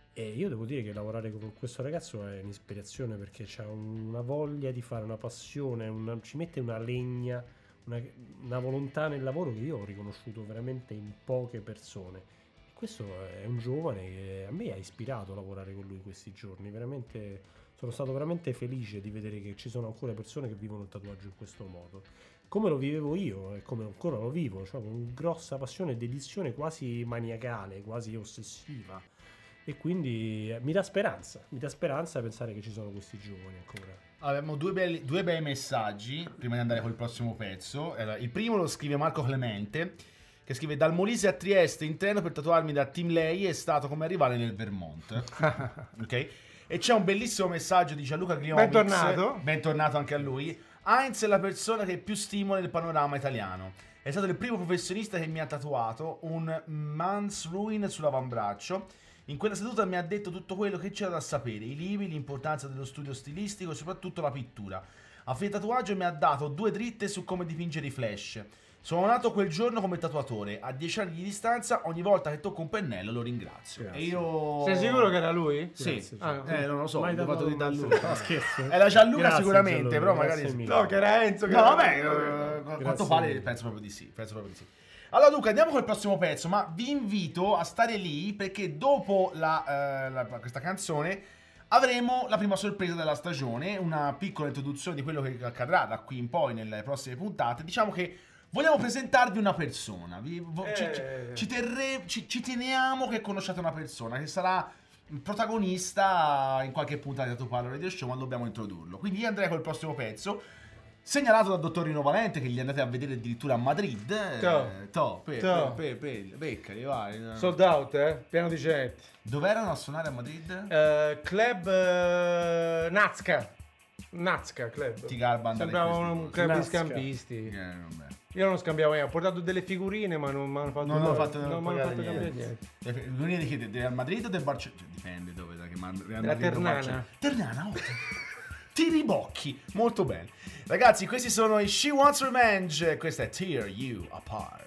E io devo dire che lavorare con questo ragazzo è un'ispirazione, perché c'ha una voglia di fare, una passione, una, ci mette una legna, una, una volontà nel lavoro che io ho riconosciuto veramente in poche persone. Questo è un giovane che a me ha ispirato a lavorare con lui in questi giorni. Veramente sono stato veramente felice di vedere che ci sono ancora persone che vivono il tatuaggio in questo modo, come lo vivevo io e come ancora lo vivo, cioè con grossa passione e dedizione quasi maniacale, quasi ossessiva. E quindi mi dà speranza, mi dà speranza pensare che ci sono questi giovani ancora. Abbiamo due, belli, due bei messaggi prima di andare col prossimo pezzo. Allora, il primo lo scrive Marco Clemente, che scrive: dal Molise a Trieste in treno per tatuarmi da Team Lei è stato come arrivare nel Vermont. Ok? E c'è un bellissimo messaggio di Gianluca Gliomix. Bentornato. Bentornato anche a lui. Heinz è la persona che più stimola nel panorama italiano. È stato il primo professionista che mi ha tatuato un Man's Ruin sull'avambraccio. In quella seduta mi ha detto tutto quello che c'era da sapere, i libri, l'importanza dello studio stilistico e soprattutto la pittura. A fine tatuaggio mi ha dato due dritte su come dipingere i flash. Sono nato quel giorno come tatuatore, a dieci anni di distanza, ogni volta che tocco un pennello lo ringrazio. Grazie. E io... Sei sicuro che era lui? Sì, Grazie, Ah, eh, non lo so, Mai l'ho fatto di da dato- lui. No, scherzo. Era Gianluca Grazie, sicuramente, Gianluca, però grazie magari... mille. No, che era Enzo. Che No, era... vabbè, eh, a quanto Grazie pare mille. penso proprio di sì, penso proprio di sì. Allora Luca, andiamo col prossimo pezzo, ma vi invito a stare lì perché dopo la, eh, la- questa canzone avremo la prima sorpresa della stagione, una piccola introduzione di quello che accadrà da qui in poi nelle prossime puntate. Diciamo che vogliamo presentarvi una persona, vi, vo- ci, ci, Eh. ci terre- ci- ci teniamo che conosciate una persona che sarà protagonista in qualche puntata di Tattoo Parlor Radio Show, ma dobbiamo introdurlo. Quindi io andrei col prossimo pezzo, segnalato dal dottor Rino Valente, che gli andate a vedere addirittura a Madrid. Ciao. Eh, to, pe, Ciao. pe, pe, pe, beccali, vai. Sold out, eh? Pieno di gente. Dov'erano a suonare a Madrid? Eh, club eh, Nazca. Nazca Club. Ti garba andare Sembrava in queste un cose. club di Nazca. scampisti. Eh, vabbè. Io non scambiavo niente, ho portato delle figurine, ma non mi hanno fatto, Non hanno fatto, non mi hanno pagare fatto cambiare niente. niente. Eh, L'unica di che del Madrid o del Barcellona? Cioè, dipende dove, da che Real Della Madrid o Ternana. Barcellona. Ternana, ottimo. Ti ribocchi, molto bene. Ragazzi, questi sono i She Wants Revenge, questa è Tear You Apart.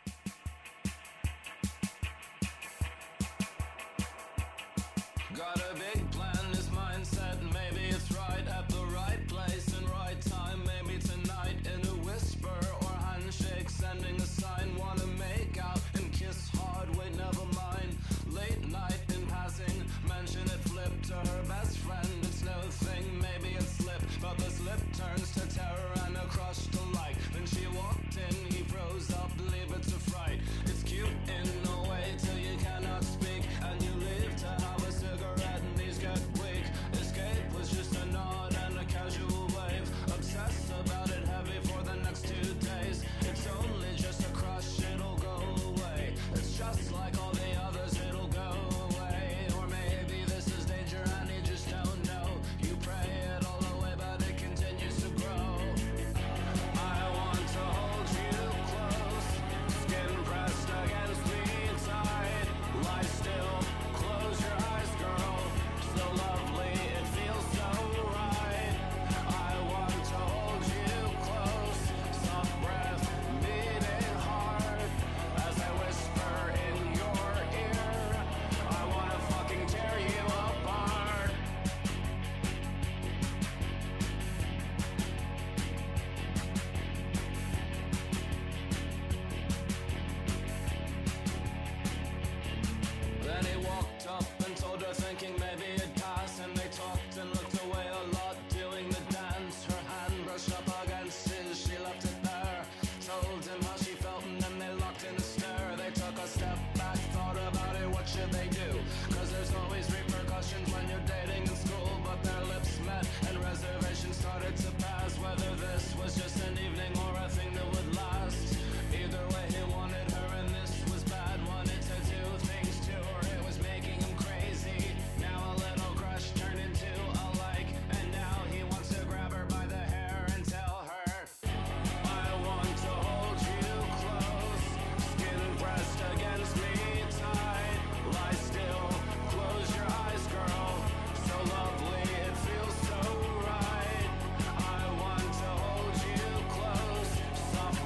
Got a big plan, this mindset, maybe it's right at the right place and right time. Maybe tonight in a whisper or handshake, sending a sign. Wanna make out and kiss hard, wait, never mind. Late night in passing, mention it, flip to her best friend. It's no thing, maybe it slipped, but the slip turns to terror and a crush to like. Then she walked in, he froze up, leave it to fright. It's cute in a way till you cannot speak, and you leave to have a cigarette and these get weak. Escape was just a nod and a casual wave. Obsessed about it heavy for the next two days. It's only just a crush, it'll go away. It's just like all the others, it'll go away. Or maybe this is danger and you just don't know. You pray it all away but it continues to grow. I want to hold you close, skin pressed against me tight. Lie still, close your eyes, girl. So lovely, it feels so right. I want to hold you close, soft breath beating hard as I whisper in your ear. I want to fucking tear you apart. Then he walked up and told her, thinking maybe it'd pass. And they talked and looked away a lot, doing the dance. Her hand brushed up against his, she left it there. Told him how she felt and then they locked in a stare. They took a step back, thought about it, what should they do? Cause there's always repercussions when you're dating in school. But their lips met and reservations started to pass. Whether this was just an evening or a thing that would last. Either way he wanted her and this was bad. Wanted to do things to her, it was making him crazy. Now a little crush turned into a like, and now he wants to grab her by the hair and tell her, I want to hold you close, skin pressed against me tight. Lie still, close your eyes, girl. So lovely, it feels so right. I want to hold you close, soft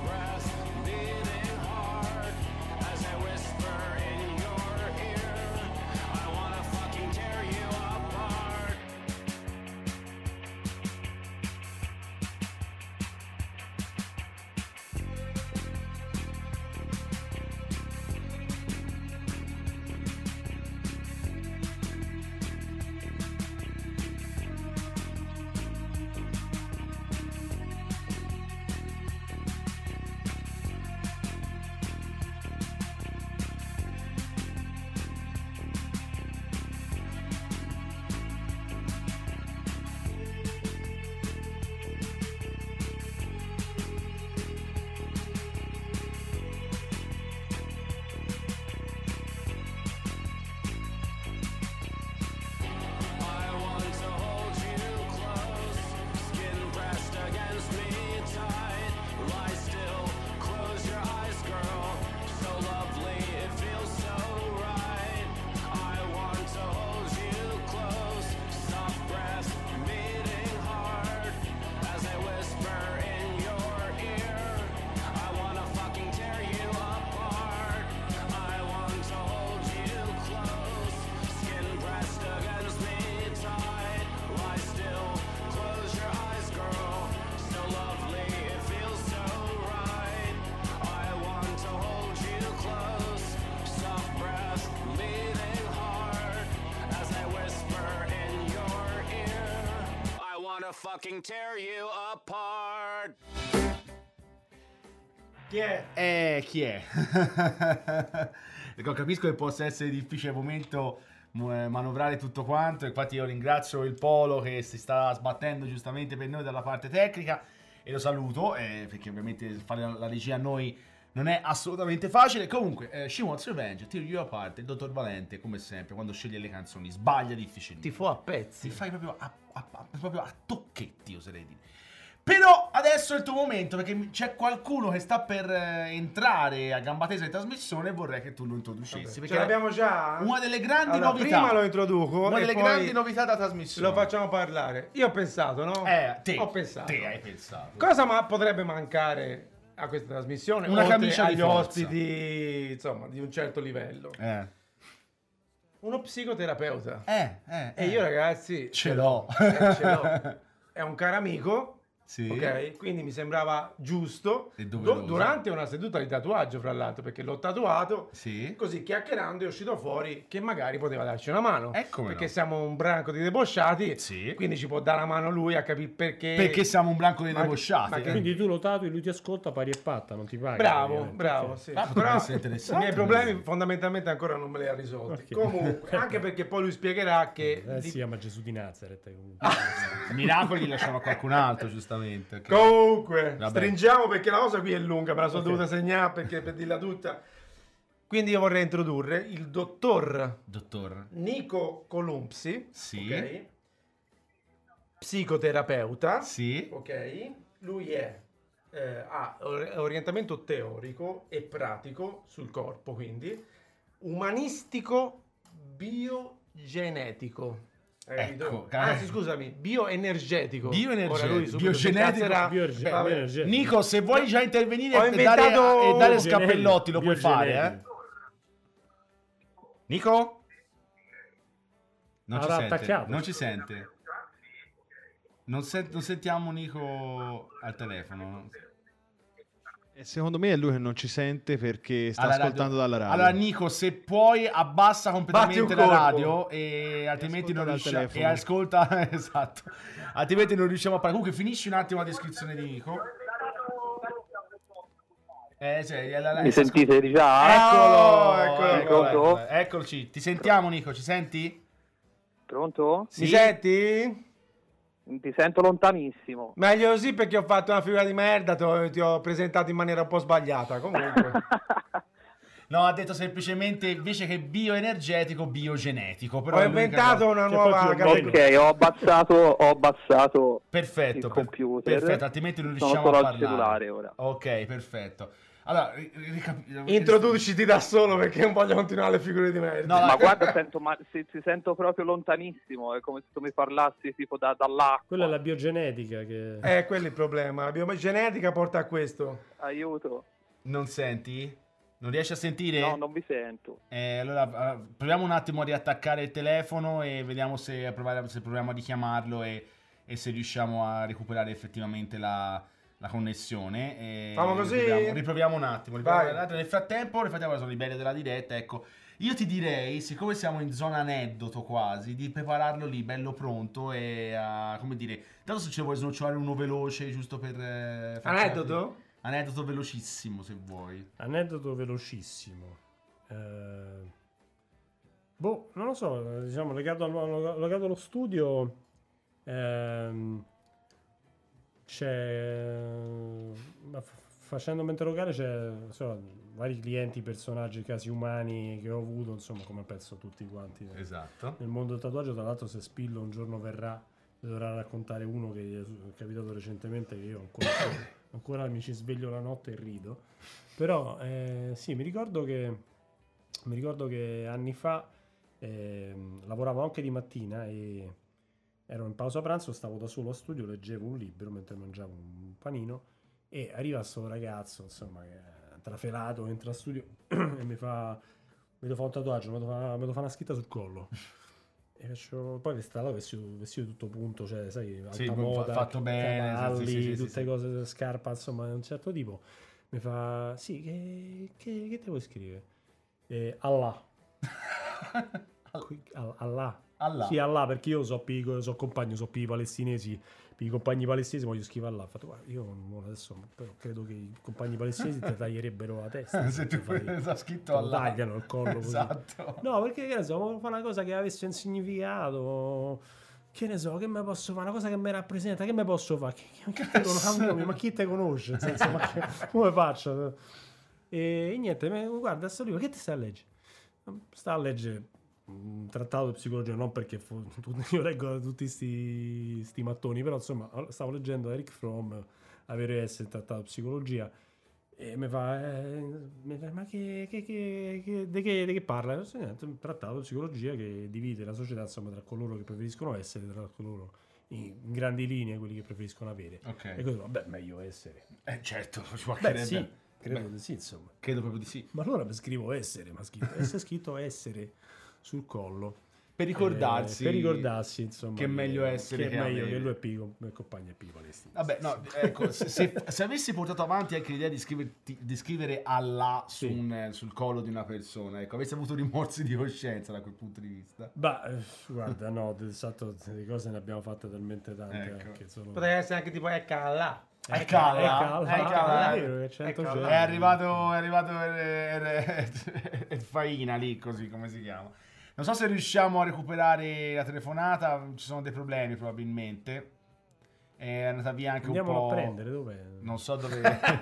fucking tear you apart. Chi è? Eh, chi è? Ecco, capisco che possa essere difficile al momento eh, manovrare tutto quanto, infatti io ringrazio il Polo che si sta sbattendo giustamente per noi dalla parte tecnica e lo saluto, eh, perché ovviamente fare la, la regia a noi non è assolutamente facile. Comunque, eh, She Wants Revenge, Tear You Apart, il Dottor Valente, come sempre, quando sceglie le canzoni, sbaglia difficilmente. Ti fu a pezzi. Ti fai proprio a, a- a- proprio a tocchetti, oserei dire. Però adesso è il tuo momento, perché c'è qualcuno che sta per eh, entrare a gamba tesa in trasmissione e vorrei che tu lo introducessi. Ce Perché l'abbiamo già? una delle grandi Allora, novità. prima lo introduco Una e delle poi grandi novità della trasmissione. lo facciamo parlare. Io ho pensato, no? Eh, te, ho pensato. te hai pensato. Cosa ma potrebbe mancare a questa trasmissione? Una oltre camicia di agli forza. ospiti, insomma, di un certo livello. Eh, Uno psicoterapeuta. eh, eh. E io, ragazzi, Ce l'ho. Eh, ce l'ho. È un caro amico. Sì. Ok, quindi mi sembrava giusto E du- doveroso. durante una seduta di tatuaggio, fra l'altro, perché l'ho tatuato. Sì. Così chiacchierando è uscito fuori che magari poteva darci una mano. Eccomi perché no. siamo un branco di debosciati. Sì. Quindi ci può dare la mano lui a capire perché. Perché siamo un branco di Ma- debosciati. ma che- eh. Quindi tu lo tatui, lui ti ascolta pari e patta, non ti paga. Bravo, praticamente. bravo, Ok. sì. Ah, potrebbe Però essere i interessante, miei problemi questo. fondamentalmente ancora non me li ha risolti. Ok. Comunque, anche perché poi lui spiegherà che Eh, di- si chiama Gesù di Nazareth. Comunque. Miracoli li lasciamo a qualcun altro, giustamente. ok. Comunque, Vabbè. stringiamo perché la cosa qui è lunga, me la sono Ok. dovuta segnare perché per dirla tutta. Quindi io vorrei introdurre il dottor Dottor. Nico Columpsi, Sì. ok? Psicoterapeuta, Sì. ok? Lui è, eh, ha or- orientamento teorico e pratico sul corpo, quindi umanistico biogenetico. Hai capito? Ecco, Anzi, scusami, bioenergetico. Bioenergetico, Ora lui subito si biogenetico, incazzerà. bioerge- Vabbè. bioenergetico. Nico, se vuoi già intervenire Ho e inventato- dare, e dare Biogenetico, scappellotti, lo puoi fare, eh? biogenetico. Nico? Non ci Avrà sente. attaccato. Non ci sente. Non, sen- non sentiamo Nico al telefono. E secondo me è lui che non ci sente perché sta Alla ascoltando radio. dalla radio. Allora, Nico, se puoi, abbassa completamente Batti un la colpo. radio e altrimenti ascolta non dal riusciamo. E telefono. ascolta, esatto. Altrimenti non riusciamo a parlare. Comunque, finisci un attimo la descrizione di Nico. Eh, sì, la- la- Mi sta- sentite già? Eccolo, eccolo, eccolo, eccolo. eccolo, eccoci. Ti sentiamo, Nico, ci senti? Pronto? Mi senti? Ti sento lontanissimo. Meglio così perché ho fatto una figura di merda, ti ho, ti ho presentato in maniera un po' sbagliata. Comunque, No, ha detto semplicemente invece che bioenergetico, biogenetico. Però ho è l'unica inventato cosa- una Che nuova poi più- categoria. Ok, ho abbassato, ho abbassato Perfetto, il per- computer. perfetto, altrimenti non Sono riusciamo solo a al parlare. cellulare ora. Ok, perfetto. Allora, ri- ricapi- Introduciti da solo perché non voglio continuare le figure di merda. No, Ma la- guarda, sento, ma, si, si sento proprio lontanissimo, è come se tu mi parlassi tipo da, dall'acqua. Quella è la biogenetica che... Eh, quello è il problema. La biogenetica porta a questo. Aiuto. Non senti? Non riesci a sentire? No, non vi sento. Eh, allora, eh, proviamo un attimo a riattaccare il telefono e vediamo se, provare- se proviamo a richiamarlo e, e se riusciamo a recuperare effettivamente la, la connessione. E Famo così? Riproviamo, riproviamo un attimo. riproviamo Vai. un attimo. Nel frattempo, nel frattempo sono i belli della diretta, ecco. Io ti direi, siccome siamo in zona aneddoto quasi, di prepararlo lì, bello pronto e a, come dire, tanto se ce vuoi snocciolare uno veloce, giusto per... eh, farci- Aneddoto? Aneddoto velocissimo, se vuoi. Aneddoto velocissimo. Eh, boh, non lo so, diciamo, legato, al- legato allo studio ehm, c'è... ma f- facendomi interrogare c'è so, vari clienti, personaggi, casi umani che ho avuto, insomma, come penso tutti quanti. Esatto. Nel mondo del tatuaggio, tra l'altro, se Spillo un giorno verrà, vi dovrà raccontare uno che gli è su- è capitato recentemente, che io ancora, ancora mi ci sveglio la notte e rido. Però, eh, sì, mi ricordo che, mi ricordo che anni fa ehm, lavoravo anche di mattina e ero in pausa pranzo, stavo da solo a studio, leggevo un libro mentre mangiavo un panino e arriva sto ragazzo, insomma, che è trafelato, entra a studio e mi fa... mi devo fare un tatuaggio, mi devo fare, mi devo fare una scritta sul collo. E faccio, poi vestito, vestito, vestito tutto punto, cioè, sai, alta Sì, moda, fatto bene, cavalli, sì, sì, sì, sì, tutte sì. cose, scarpa, insomma, di un certo tipo. Mi fa, sì, che, che, che te vuoi scrivere? E Allah. Qui- Al- Allah. Allah. Sì, Allah, perché io so, pi- so compagno, so pi palestinesi, pi i compagni palestinesi voglio schivare là. Ho fatto, guarda, io non- adesso però credo che i compagni palestinesi ti taglierebbero la testa. Se tu fai- sta scritto te lo alla tagliano il collo così. Esatto. No, perché che ne so, volevo fare una cosa che avesse un significato. Che ne so, che me posso fare? Una cosa che mi rappresenta, che me posso fare? Che, che- chi te conosce? Ma chi te conosce? Nel senso, ma che- come faccio? E, e niente, me- guarda, sto libro, che ti stai a leggere? Sta a leggere un trattato di psicologia, non perché fu- tu- io leggo tutti sti, sti mattoni, però insomma stavo leggendo Eric Fromm, avere essere trattato di psicologia, e mi fa, eh, mi fa ma che, che, che, che, di, che, di che parla? E, niente, un trattato di psicologia che divide la società insomma tra coloro che preferiscono essere, tra coloro in, in grandi linee quelli che preferiscono avere. Ok. E così, vabbè, meglio essere. Eh, certo, ci Beh, mancherebbe. sì, credo Beh, di sì, insomma. credo proprio di sì. Ma allora mi scrivo essere, ma scritto, è scritto essere sul collo. Per ricordarsi, Eh, per ricordarsi, insomma, che è meglio essere che, che è meglio avere. che lui è pico, è compagno è pico palestinese. Vabbè, no, ecco, se, se- se avessi portato avanti anche l'idea di, scriverti- di scrivere Allah su Sì. un- sul collo di una persona, ecco, avessi avuto rimorsi di coscienza da quel punto di vista. Bah, eh, guarda, no, del esatto, di cose ne abbiamo fatte talmente tante Ecco. anche solo... Potrebbe essere anche tipo ecco là. È Eh, cala, cala, è cala. è vero che cento Ecco, giorni. È arrivato, è arrivato il, il- il faina lì, così come si chiama. Non so se riusciamo a recuperare la telefonata, ci sono dei problemi probabilmente. È andata via anche Andiamolo un po'. a prendere, dov'è? Non so dove.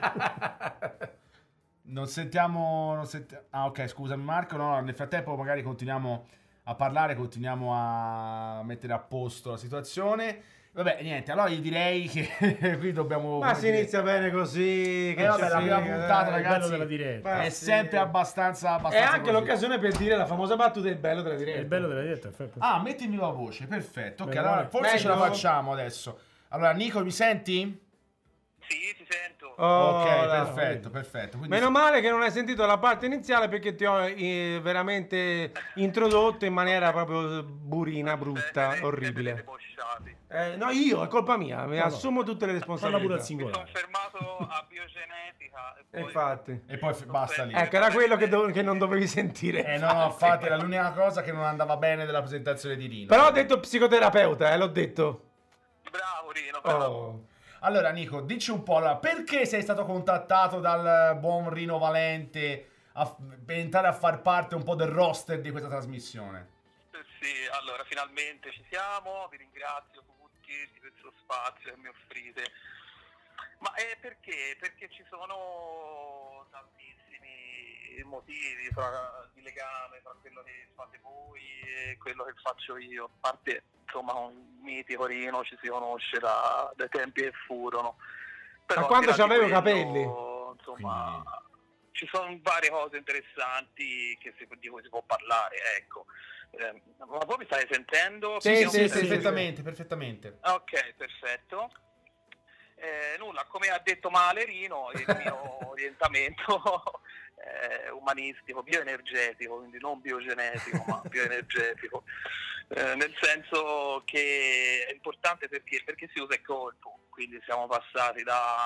Non sentiamo, non senti- Ah, ok, scusami Marco. No, nel frattempo magari continuiamo a parlare, continuiamo a mettere a posto la situazione. Vabbè, niente, allora io direi che qui dobbiamo. Ma come si dire- inizia bene così. Che Eh, vabbè, ci la prima frega, puntata, dai. ragazzi, bello della diretta. Ma È sì. sempre abbastanza, È abbastanza anche così. l'occasione per dire la famosa battuta il bello della È diretta. il bello della diretta. è fe- Ah, metti in viva voce, perfetto. Ok, Meno allora male. forse ce la Meglio? facciamo adesso. Allora, Nico, mi senti? Sì, ti sento. Oh, ok, dai. perfetto, perfetto. Quindi Meno male che non hai sentito la parte iniziale perché ti ho eh, veramente introdotto in maniera proprio burina, brutta, Siete orribile. debosciati. Eh, no, io, è colpa mia, mi no. assumo tutte le Parla pure al responsabilità. Mi sono singolare. fermato a biogenetica. E poi Infatti. E poi f- basta lì. Ecco, era quello che, dove- che non dovevi sentire. Eh no, no, infatti era l'unica cosa che non andava bene della presentazione di Rino. Però ho detto psicoterapeuta, eh, l'ho detto. Bravo Rino, bravo. Oh. Allora, Nico, dici un po', allora, perché sei stato contattato dal buon Rino Valente a- per entrare a far parte un po' del roster di questa trasmissione? Eh, Sì, allora finalmente ci siamo, vi ringrazio tutti di questo spazio che mi offrite. Ma è perché? Perché ci sono tantissimi motivi fra- di legame tra quello che fate voi e quello che faccio io. A parte, insomma, un mitico Rino ci si conosce da, dai tempi che furono. Però Ma quando al di là di c'avevo i quello, capelli? Insomma, ci sono varie cose interessanti che si- di cui si può parlare, ecco. Eh, ma voi mi state sentendo? Sì, Perché sì, non sì, mi- perfettamente, perfettamente. Ok, perfetto. Eh, nulla, come ha detto male Rino, il mio orientamento è umanistico, bioenergetico, quindi non biogenetico, ma bioenergetico. Eh, nel senso che è importante perché, perché si usa il corpo, quindi siamo passati da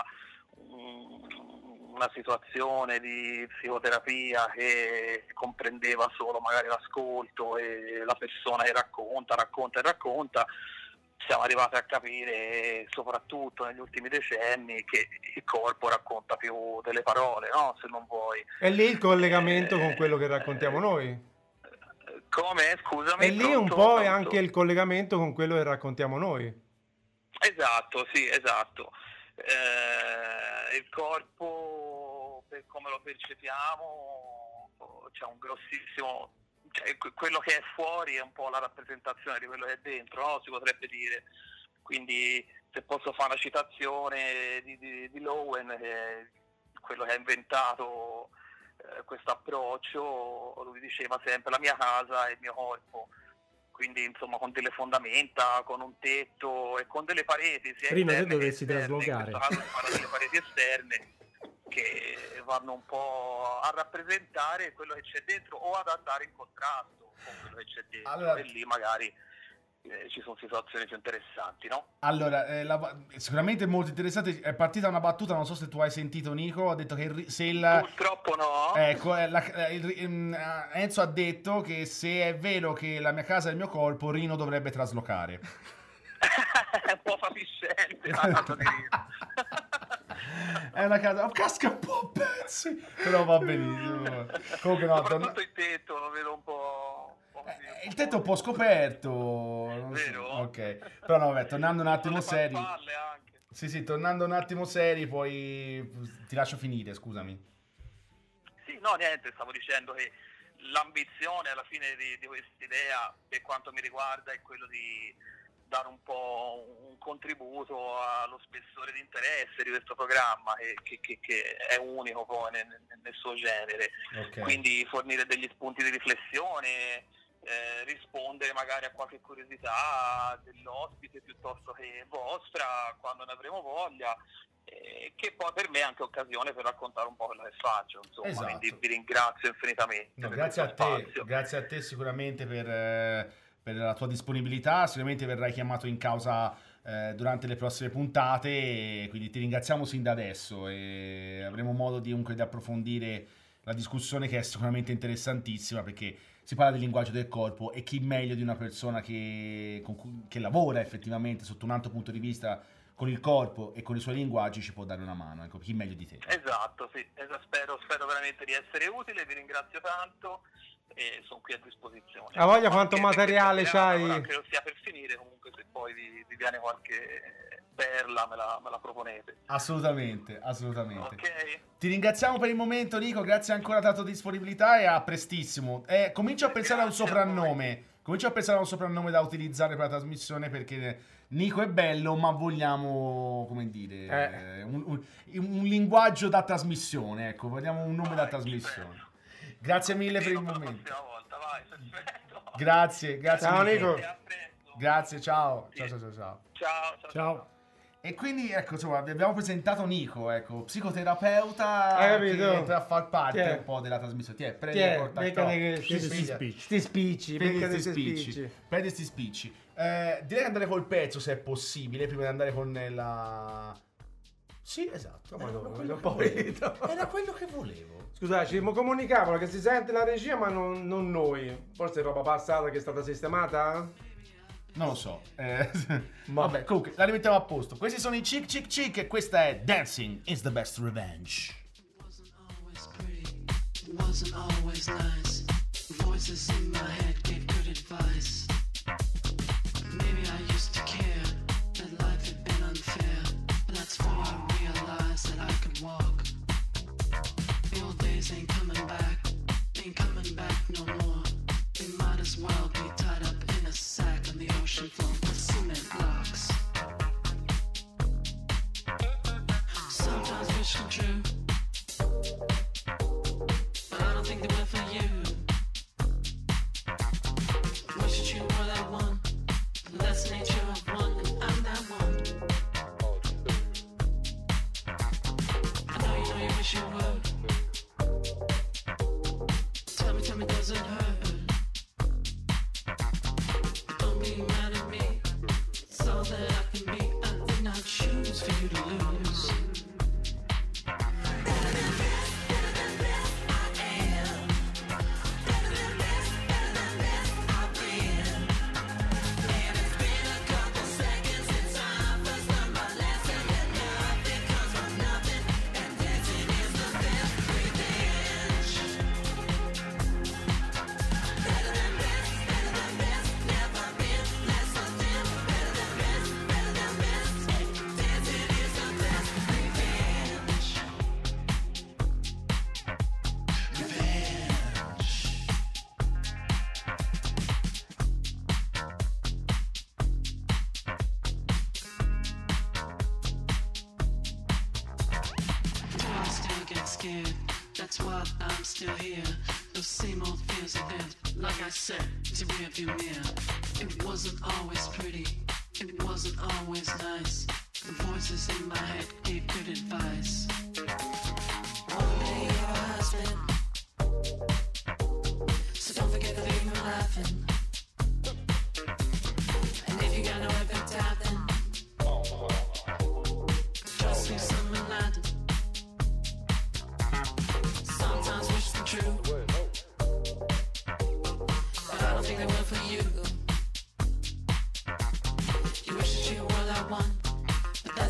mm, una situazione di psicoterapia che comprendeva solo magari l'ascolto e la persona che racconta, racconta e racconta. Siamo arrivati a capire, soprattutto negli ultimi decenni, che il corpo racconta più delle parole, no? Se non vuoi. È lì il collegamento Eh, con quello che raccontiamo noi. Come? Scusami. E lì un pronto? po' è Pronto? anche il collegamento con quello che raccontiamo noi. Esatto, sì, esatto. Eh, il corpo, per come lo percepiamo, c'è un grossissimo... Cioè, que- quello che è fuori è un po' la rappresentazione di quello che è dentro, no? Si potrebbe dire. Quindi, se posso fare una citazione di, di, di Lowen, che è quello che ha inventato eh, questo approccio, lui diceva sempre la mia casa è il mio corpo. Quindi, insomma, con delle fondamenta, con un tetto e con delle pareti, sia Rino, te interne che dovresti esterne. traslocare. In questo caso si parla delle pareti esterne, che vanno un po' a rappresentare quello che c'è dentro o ad andare in contrasto con quello che c'è dentro. Allora- E lì magari eh, ci sono situazioni più interessanti, no? Allora, eh, la- sicuramente molto interessante. È partita una battuta, non so se tu hai sentito, Nico. Ha detto che il ri- se il. Purtroppo no. Ecco, eh, la- eh, il ri- ehm, eh, Enzo ha detto che se è vero che la mia casa è il mio corpo, Rino dovrebbe traslocare. Un po' fatiscente. sì, a casa di Rino. È una casa, casca un po' a pezzi, però va benissimo. Comunque no, torna- Soprattutto il tetto lo vedo un po'... un po' così, Eh, il tetto è un po' scoperto, non so. Vero? Ok, però no, vabbè, tornando un attimo Con le seri. farfalle anche. Sì, sì, tornando un attimo seri, poi ti lascio finire, scusami. Sì, no, niente, stavo dicendo che l'ambizione alla fine di, di questa idea, per quanto mi riguarda, è quello di dare un po' un contributo allo spessore di interesse di questo programma che, che, che, che è unico poi nel, nel suo genere. Ok. Quindi fornire degli spunti di riflessione, eh, rispondere magari a qualche curiosità dell'ospite piuttosto che vostra quando ne avremo voglia, eh, che poi per me è anche occasione per raccontare un po' quello che faccio, insomma. Esatto. Quindi vi ringrazio infinitamente. No, per grazie a questo te, spazio. grazie a te sicuramente per, eh, per la tua disponibilità, sicuramente verrai chiamato in causa eh, durante le prossime puntate, e quindi ti ringraziamo sin da adesso e avremo modo di, comunque, di approfondire la discussione, che è sicuramente interessantissima, perché si parla del linguaggio del corpo e chi meglio di una persona che, con cui- che lavora effettivamente sotto un altro punto di vista con il corpo e con i suoi linguaggi ci può dare una mano, ecco, chi meglio di te. Esatto, sì, esa- spero, spero veramente di essere utile, vi ringrazio tanto e sono qui a disposizione. Ha voglia quanto Anche se materiale questa serata, c'hai? ora che lo stia per finire, comunque se poi vi, vi viene qualche perla me la, me la proponete. Assolutamente, assolutamente. Ok? Ti ringraziamo per il momento, Nico, grazie ancora della tua disponibilità e a prestissimo. Eh, comincio a pensare a un Grazie a soprannome, comincio a pensare a un soprannome da utilizzare per la trasmissione, perché Nico è bello, ma vogliamo, come dire, Eh. un, un- un linguaggio da trasmissione, ecco, vogliamo un nome da Vai, trasmissione. Grazie mille per il Dico la momento. prossima volta, vai, perfetto. Grazie, grazie Ciao, Nico. Nico. E a presto. Grazie, ciao. Ciao, ciao, ciao, ciao. Ciao, ciao. Ciao. E quindi, ecco, insomma, vi abbiamo presentato Nico, ecco, psicoterapeuta Hai capito? che entra a far parte Chi è? un po' della trasmissione. Ti è, prendi Tiè, porta beccate che sti sti spicci. spicci. sti spicci, Prendi beccate sti sti spicci. spicci. Prendi sti spicci. Eh, direi di andare col pezzo, se è possibile, prima di andare con la... Sì, esatto. Come Era no, quello un che po' volevo. vedo. Era quello che volevo. Scusate, ci comunicavano che si sente la regia, ma non, non noi. Forse è roba passata che è stata sistemata? Non lo so. Eh, Ma- Vabbè, comunque, la rimettiamo a posto. Questi sono i Chick Chick Chick e questa è Dancing is the Best Revenge. Wasn't always pretty, it wasn't always nice. Voices in my head gave good advice. Maybe I used to care that life had been unfair, but that's when I realized that I could walk. The old days ain't coming back, ain't coming back no more. We might as well be tied up in a sack on the ocean floor with cement blocks. Sometimes wish come true, but I don't think they will for you. Wish that you were that one, the less nature of one, and I'm that one. I know you know you wish you would. Tell me, tell me, does it hurt? But don't be mad at me, it's all that I can be. I did not choose for you to lose. Do I still get scared? That's why I'm still here. Those same old fears are there. Like I said, it's a rearview mirror. It wasn't always pretty. It wasn't always nice. The voices in my head gave good advice. One day you're a husband, so don't forget to leave him laughing. And if you got no way of tapping, just leave some in Latin. Sometimes wish them true, but I don't think they will for you. You wish that you were that one, but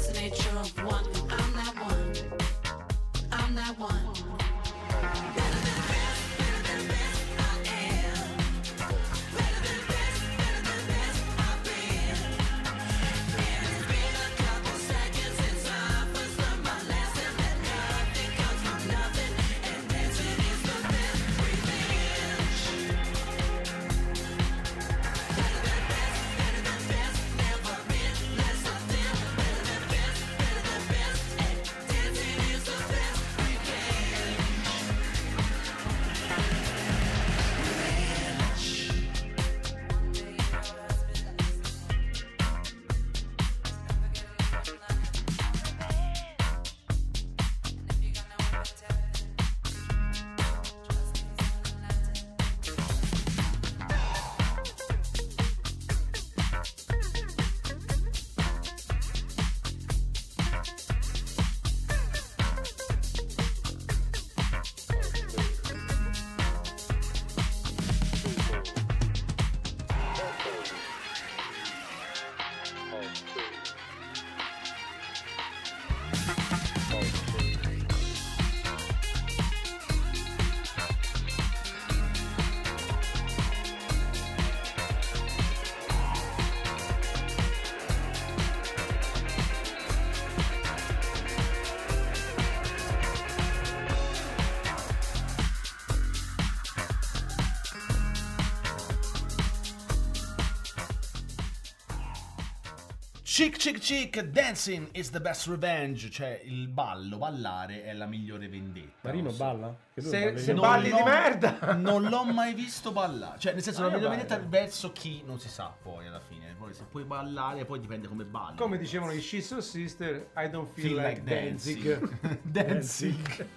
Chic chic chic, dancing is the best revenge. Cioè il ballo, ballare è la migliore vendetta. Marino non so. balla? Che tu Se- balli se di- Non balli l'ho- di merda. Non l'ho mai visto ballare. Cioè, nel senso, Ah, la migliore vai, vendetta vai. verso chi non si sa poi alla fine. Poi se puoi ballare, poi dipende come balli. Come dicevano i Shiso Sister, I don't feel, Feel like, like dancing. dancing.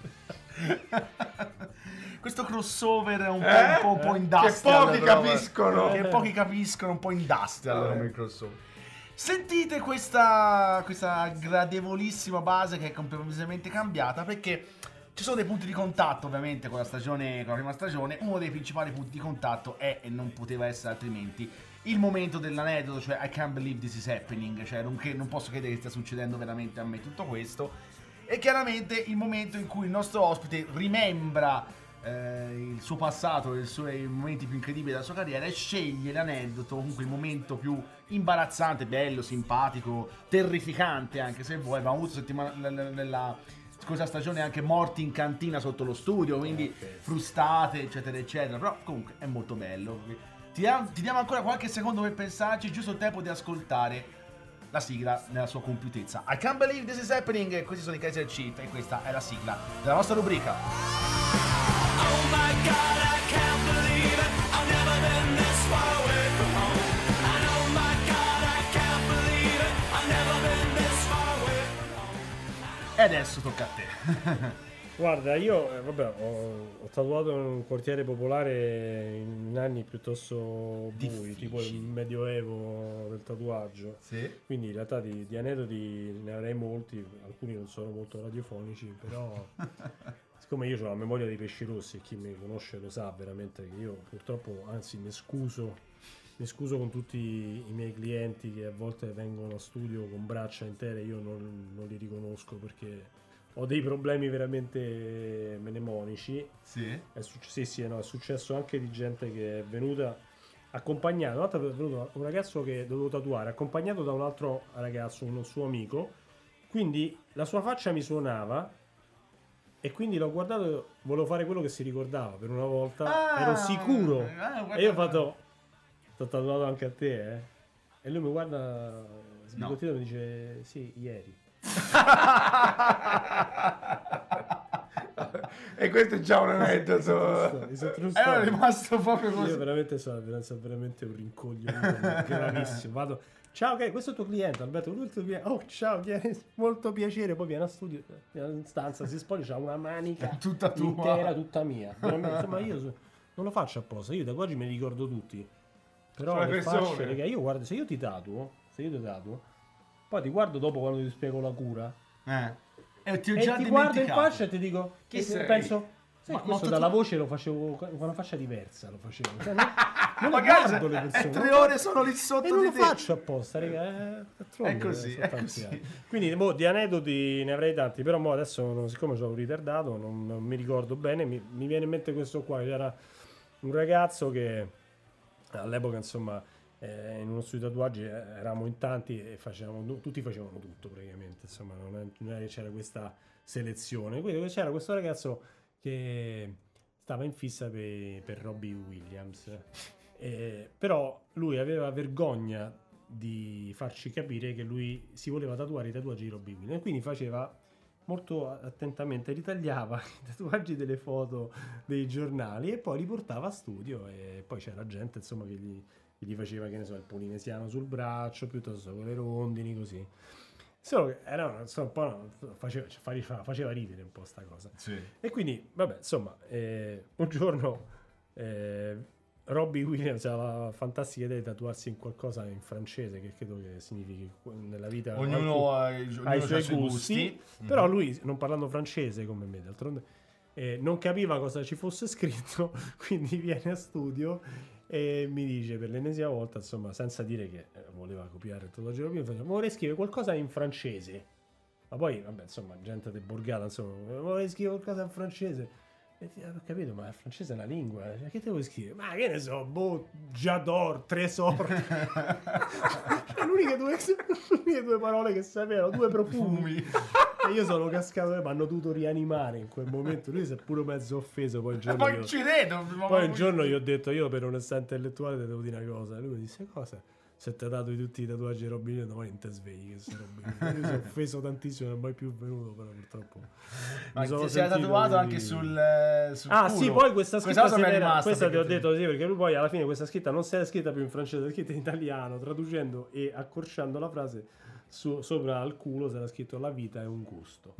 Questo crossover è un po', Eh? un po', un po' Che industrial. pochi però, capiscono. Che pochi capiscono, un po' industrial Eh. come il crossover. Sentite questa, questa gradevolissima base che è completamente cambiata, perché ci sono dei punti di contatto ovviamente con la stagione, con la prima stagione. Uno dei principali punti di contatto è, e non poteva essere altrimenti, il momento dell'aneddoto, cioè I can't believe this is happening, cioè non, che, non posso credere che stia succedendo veramente a me tutto questo. E chiaramente il momento in cui il nostro ospite rimembra eh, il suo passato, i suoi momenti più incredibili della sua carriera e sceglie l'aneddoto, comunque il momento più imbarazzante, bello, simpatico, terrificante anche se vuoi. Abbiamo avuto settimana nella scorsa stagione anche morti in cantina sotto lo studio, quindi frustate eccetera eccetera, però comunque è molto bello. Ti diamo, ti diamo ancora qualche secondo per pensarci, giusto il tempo di ascoltare la sigla nella sua compiutezza. I can't believe this is happening. Questi sono i Kaiser Chief e questa è la sigla della nostra rubrica. Oh my God, I can't believe it. I've never been this far away from home. And oh my God, I can't believe it. I've never been this far away from home. E adesso tocca a te. Guarda, io eh, vabbè, ho, ho tatuato in un quartiere popolare in anni piuttosto bui, Difficili. tipo il medioevo del tatuaggio. Sì. Quindi in realtà di, di aneddoti ne avrei molti, alcuni non sono molto radiofonici, però siccome io ho la memoria dei pesci rossi e chi mi conosce lo sa veramente che io purtroppo, anzi mi scuso, mi scuso con tutti i miei clienti che a volte vengono a studio con braccia intere, io non, non li riconosco perché ho dei problemi veramente mnemonici. Sì. È successo, sì, sì, no, è successo anche di gente che è venuta accompagnato. Una volta è venuto un ragazzo che dovevo tatuare, accompagnato da un altro ragazzo, un suo amico. Quindi la sua faccia mi suonava e quindi l'ho guardato e volevo fare quello che si ricordava per una volta. Ah, ero sicuro. ah, guarda- E io ho fatto, t'ho tatuato anche a te, eh? E lui mi guarda sbigottito e mi dice, sì, ieri. E questo è già un aneddoto. Mi sono true Era story. rimasto proprio così. Io veramente sono veramente, veramente un rincoglionito gravissimo. Vado, ciao, ok, questo è il tuo cliente, Alberto. Lui è il tuo cliente. Oh, ciao, vieni, molto piacere. Poi viene a studio, viene in stanza, si spoglia, c'ha una manica Tutta tua. intera, tutta mia. Veramente, insomma, io so- non lo faccio apposta. Io da oggi me li ricordo tutti. Però Sono le le persone. fasce, raga, io guardo, se io ti tatuo, se io ti tatuo, poi ti guardo dopo quando ti spiego la cura. Eh. E ti ho E già ti guardo in dimenticato. faccia e ti dico, Chi e sei? penso, sai, Ma- ma questo tu- dalla voce lo facevo con una faccia diversa, lo facevo. Cioè, non, non le Magari guardo le se- persone. è tre non ore faccio- sono lì sotto e non di lo te. faccio apposta, raga. eh, d'altronde, È così, sono è tanti così. anni. Quindi boh, di aneddoti ne avrei tanti, però mo adesso non- siccome sono ritardato, non, non mi ricordo bene, mi, mi viene in mente questo qua, che era un ragazzo che all'epoca insomma eh, in uno studio di tatuaggi eh, eravamo in tanti e facevamo, nu- tutti facevano tutto praticamente, insomma non è, non è che c'era questa selezione, quindi c'era questo ragazzo che stava in fissa per, per Robbie Williams, eh, però lui aveva vergogna di farci capire che lui si voleva tatuare i tatuaggi di Robbie Williams e quindi faceva molto attentamente, ritagliava i tatuaggi delle foto dei giornali e poi li portava a studio e poi c'era gente insomma che gli, che gli faceva, che ne so, il polinesiano sul braccio piuttosto con le rondini così. Solo che era insomma, un po', faceva, faceva, faceva ridere un po' sta cosa. Sì. E quindi, vabbè, insomma, eh, un giorno eh, Robbie Williams ha la fantastica idea di tatuarsi in qualcosa in francese, che credo che significhi nella vita Ognuno alcun- ha i, ognuno ha i ha suoi i suoi gusti, gusti. però Mhm. lui, non parlando francese come me, d'altronde, eh, non capiva cosa ci fosse scritto, quindi viene a studio e mi dice per l'ennesima volta, insomma, senza dire che eh, voleva copiare il tatuaggio europeo, mi fa, vorrei scrivere qualcosa in francese. Ma poi, vabbè, insomma, gente de borgata, insomma, vorrei scrivere qualcosa in francese. E ti, ho capito, ma il francese è una lingua, cioè, che te vuoi scrivere? Ma che ne so, boh, j'adore, trésor. Cioè, l'unica due, le uniche due parole che sapevano, due profumi. E io sono cascato, mi hanno dovuto rianimare in quel momento. Lui si è pure mezzo offeso. Poi un giorno, Ma io, ci vedo. poi un giorno gli ho detto, io per onestà intellettuale ti devo dire una cosa. E lui mi disse, cosa? se ti ha dato di tutti i tatuaggi di Robby Williams, domani non te svegli che sei Robby Williams. Io sono offeso tantissimo, non è mai più venuto, però purtroppo Ma mi sono ti si era sentito tatuato di- anche sul, eh, sul Ah culo. sì, poi questa scritta cosa se mi è n'era- rimasta, questa ti ho perché detto sì, perché lui poi alla fine questa scritta non si è scritta più in francese, è scritta in italiano, traducendo e accorciando la frase su- sopra al culo si era scritto la vita è un gusto.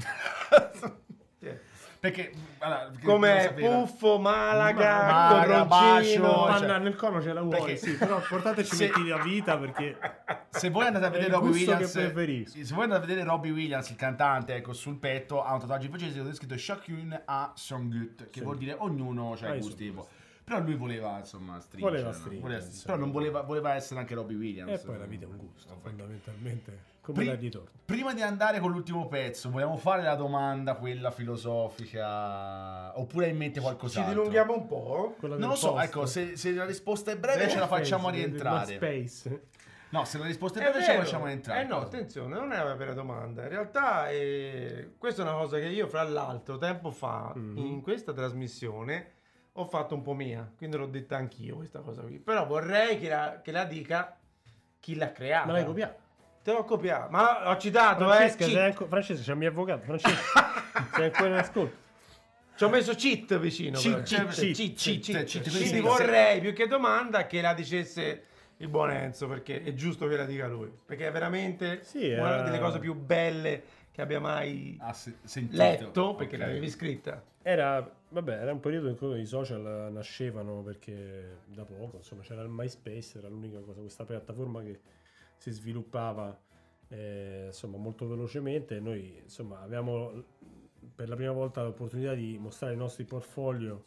Perché, allora, perché Come non sapeva. Puffo, Malaga, Malaga, Corroncino. Bacio, Panna cioè- nel cono ce la vuoi, perché- sì, però portateci Se- metti la vita perché Se voi andate a È vedere il Robbie gusto Williams, che preferisco. se voi andate a vedere Robbie Williams, il cantante, ecco, sul petto ha un tatuaggio in francese dove è scritto Chacun a son gut, che Sì. vuol dire ognuno c'ha Ah, i io gusti. so tipo. Però lui voleva, insomma, stringere. Voleva no? stringere, Voleva- insomma. però non voleva, voleva essere anche Robbie Williams. e poi la vita è un gusto, Ok. fondamentalmente, come Pri- dargli torto. Prima di andare con l'ultimo pezzo, vogliamo fare la domanda, quella filosofica, oppure hai in mente Ci qualcos'altro? dilunghiamo un po'. Quella Non del lo so, post. ecco, se, se la risposta è breve ce la facciamo Del- del rientrare. MySpace. No, se la risposta è È breve ce la vero. facciamo rientrare. Eh no, attenzione, non è una vera domanda. In realtà eh, questa è una cosa che io, fra l'altro, tempo fa, Mhm. in questa trasmissione, ho fatto un po' mia. Quindi l'ho detta anch'io questa cosa qui. Però vorrei che la, che la dica chi l'ha creata. Me l'hai copiato. Te l'ho copiato. Ma ho citato, Francesca, eh. sei cheat. anco- Francesca, c'è il mio avvocato. Francesca, sei ancora in ascolto. Ci ho messo cheat vicino. Cheat, però. cheat, cheat, cheat, cheat, cheat, cheat, Quindi sì, vorrei più che domanda che la dicesse il buon Enzo, perché è giusto che la dica lui. Perché è veramente Sì, una era- delle cose più belle che abbia mai Ah, se- sentito. letto, perché Ok. l'avevi scritta. Era, vabbè, era un periodo in cui i social nascevano perché da poco, insomma, c'era il MySpace, era l'unica cosa, questa piattaforma che si sviluppava eh, insomma molto velocemente e noi insomma avevamo per la prima volta l'opportunità di mostrare i nostri portfolio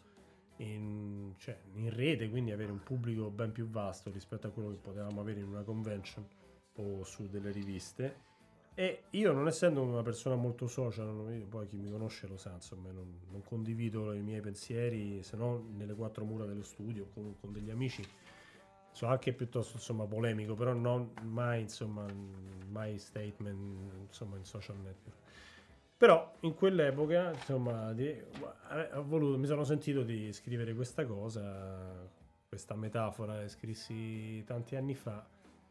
in, cioè, in rete, quindi avere un pubblico ben più vasto rispetto a quello che potevamo avere in una convention o su delle riviste. E io, non essendo una persona molto social, non- io- poi chi mi conosce lo sa, insomma, non, non condivido i miei pensieri se no nelle quattro mura dello studio con, con degli amici. Sono anche piuttosto insomma polemico, però non mai insomma mai statement insomma in social network. Però in quell'epoca insomma di, ho voluto, mi sono sentito di scrivere questa cosa, questa metafora, la scrissi tanti anni fa.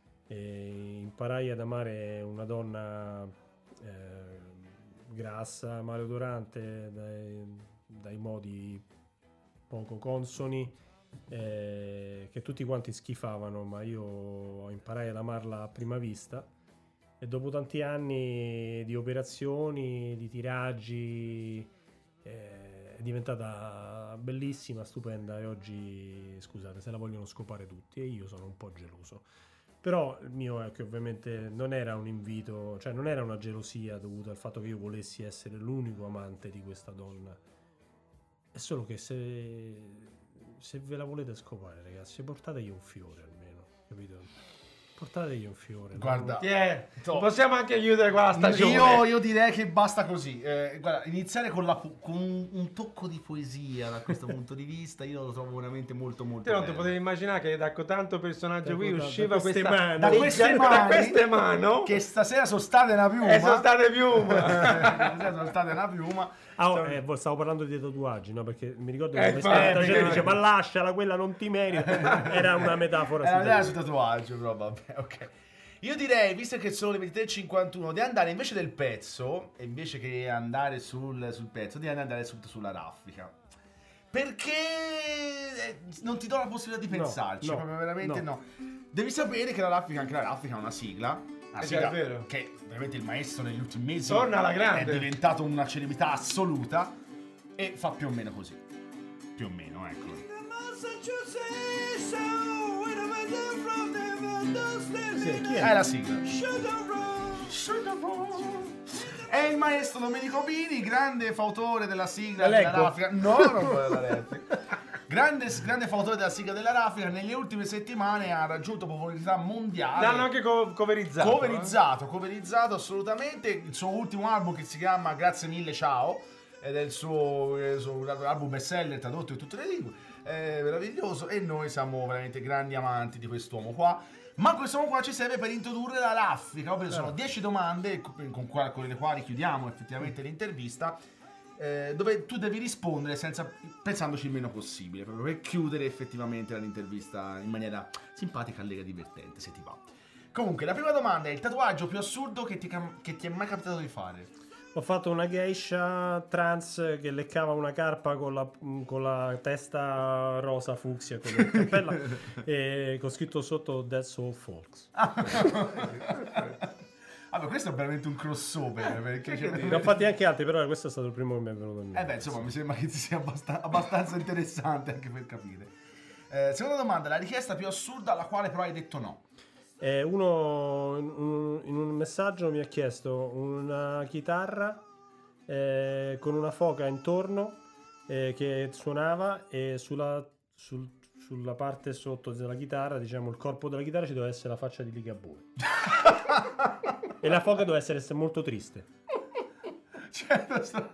E imparai ad amare una donna eh, grassa, maleodorante, dai, dai modi poco consoni, eh, che tutti quanti schifavano, ma io imparai ad amarla a prima vista. E dopo tanti anni di operazioni, di tiraggi, eh, è diventata bellissima, stupenda e oggi, scusate, se la vogliono scopare tutti e io sono un po' geloso. Però il mio è che ovviamente non era un invito, cioè non era una gelosia dovuta al fatto che io volessi essere l'unico amante di questa donna. È solo che se, se ve la volete scopare, ragazzi, portategli un fiore almeno, capito? Portategli un fiore. Guarda, no? Ti è- To- Possiamo anche chiudere qua la stagione. Io, io direi che basta così. Eh, guarda, iniziare con, la po- con un, un tocco di poesia da questo punto di vista, io lo trovo veramente molto molto Te non ti bello. potevi immaginare che da tanto personaggio Da qui co- da usciva queste questa mani. Da legge- queste da mani, queste mani che stasera sono state una piuma. e sono state piuma. Stasera sono state una piuma. Ah, oh, eh, vo- stavo parlando di tatuaggi, no? Perché mi ricordo che Eh, questa infatti, gente perché- dice ma lasciala, quella non ti merita. Era una metafora. Era sui un'idea su tatuaggi. tatuaggio, però vabbè, ok. Io direi, visto che sono le ventitré e cinquantuno, di andare invece del pezzo, e invece che andare sul, sul pezzo, di andare subito sulla raffica. Perché eh, non ti do la possibilità di No, pensarci, no, proprio veramente no. no. Devi sapere che la raffica, anche la raffica ha una sigla. Una Eh, sigla è vero. che veramente il maestro negli ultimi mesi Torna alla grande. è diventato una celebrità assoluta e fa più o meno così. Più o meno, ecco. Sì, chi È è? la sigla. È il maestro Domenico Pini, grande fautore della sigla La della leggo? raffica. No, non vuole la replica. Grande, grande fautore della sigla della raffica. Nelle ultime settimane ha raggiunto popolarità mondiale. L'hanno anche co- coverizzato. Coverizzato, coverizzato assolutamente. Il suo ultimo album che si chiama Grazie mille, ciao. Ed è il suo, il suo album bestseller tradotto in tutte le lingue. È meraviglioso e noi siamo veramente grandi amanti di quest'uomo qua. Ma quest'uomo qua ci serve per introdurre la raffica, ovvero sono dieci domande con, qua- con le quali chiudiamo effettivamente l'intervista. eh, dove tu devi rispondere senza, pensandoci il meno possibile, proprio per chiudere effettivamente l'intervista in maniera simpatica, allega e divertente, se ti va. Comunque, la prima domanda è il tatuaggio più assurdo che ti, cam- che ti è mai capitato di fare? Ho fatto una geisha trans che leccava una carpa con la, con la testa rosa fucsia con il cappella e con scritto sotto That's All Folks. Vabbè, questo è veramente un crossover, perché c'è... Ne ho fatti anche altri, però questo è stato il primo che mi è venuto in mente. Eh beh, insomma, mi sembra che sia abbastan- abbastanza interessante anche per capire. Eh, seconda domanda, la richiesta più assurda alla quale però hai detto no? Eh, uno in un, in un messaggio mi ha chiesto una chitarra eh, con una foca intorno eh, che suonava e sulla, sul, sulla parte sotto della chitarra, diciamo il corpo della chitarra, ci doveva essere la faccia di Ligabue. E la foca doveva essere molto triste. Certo, sto...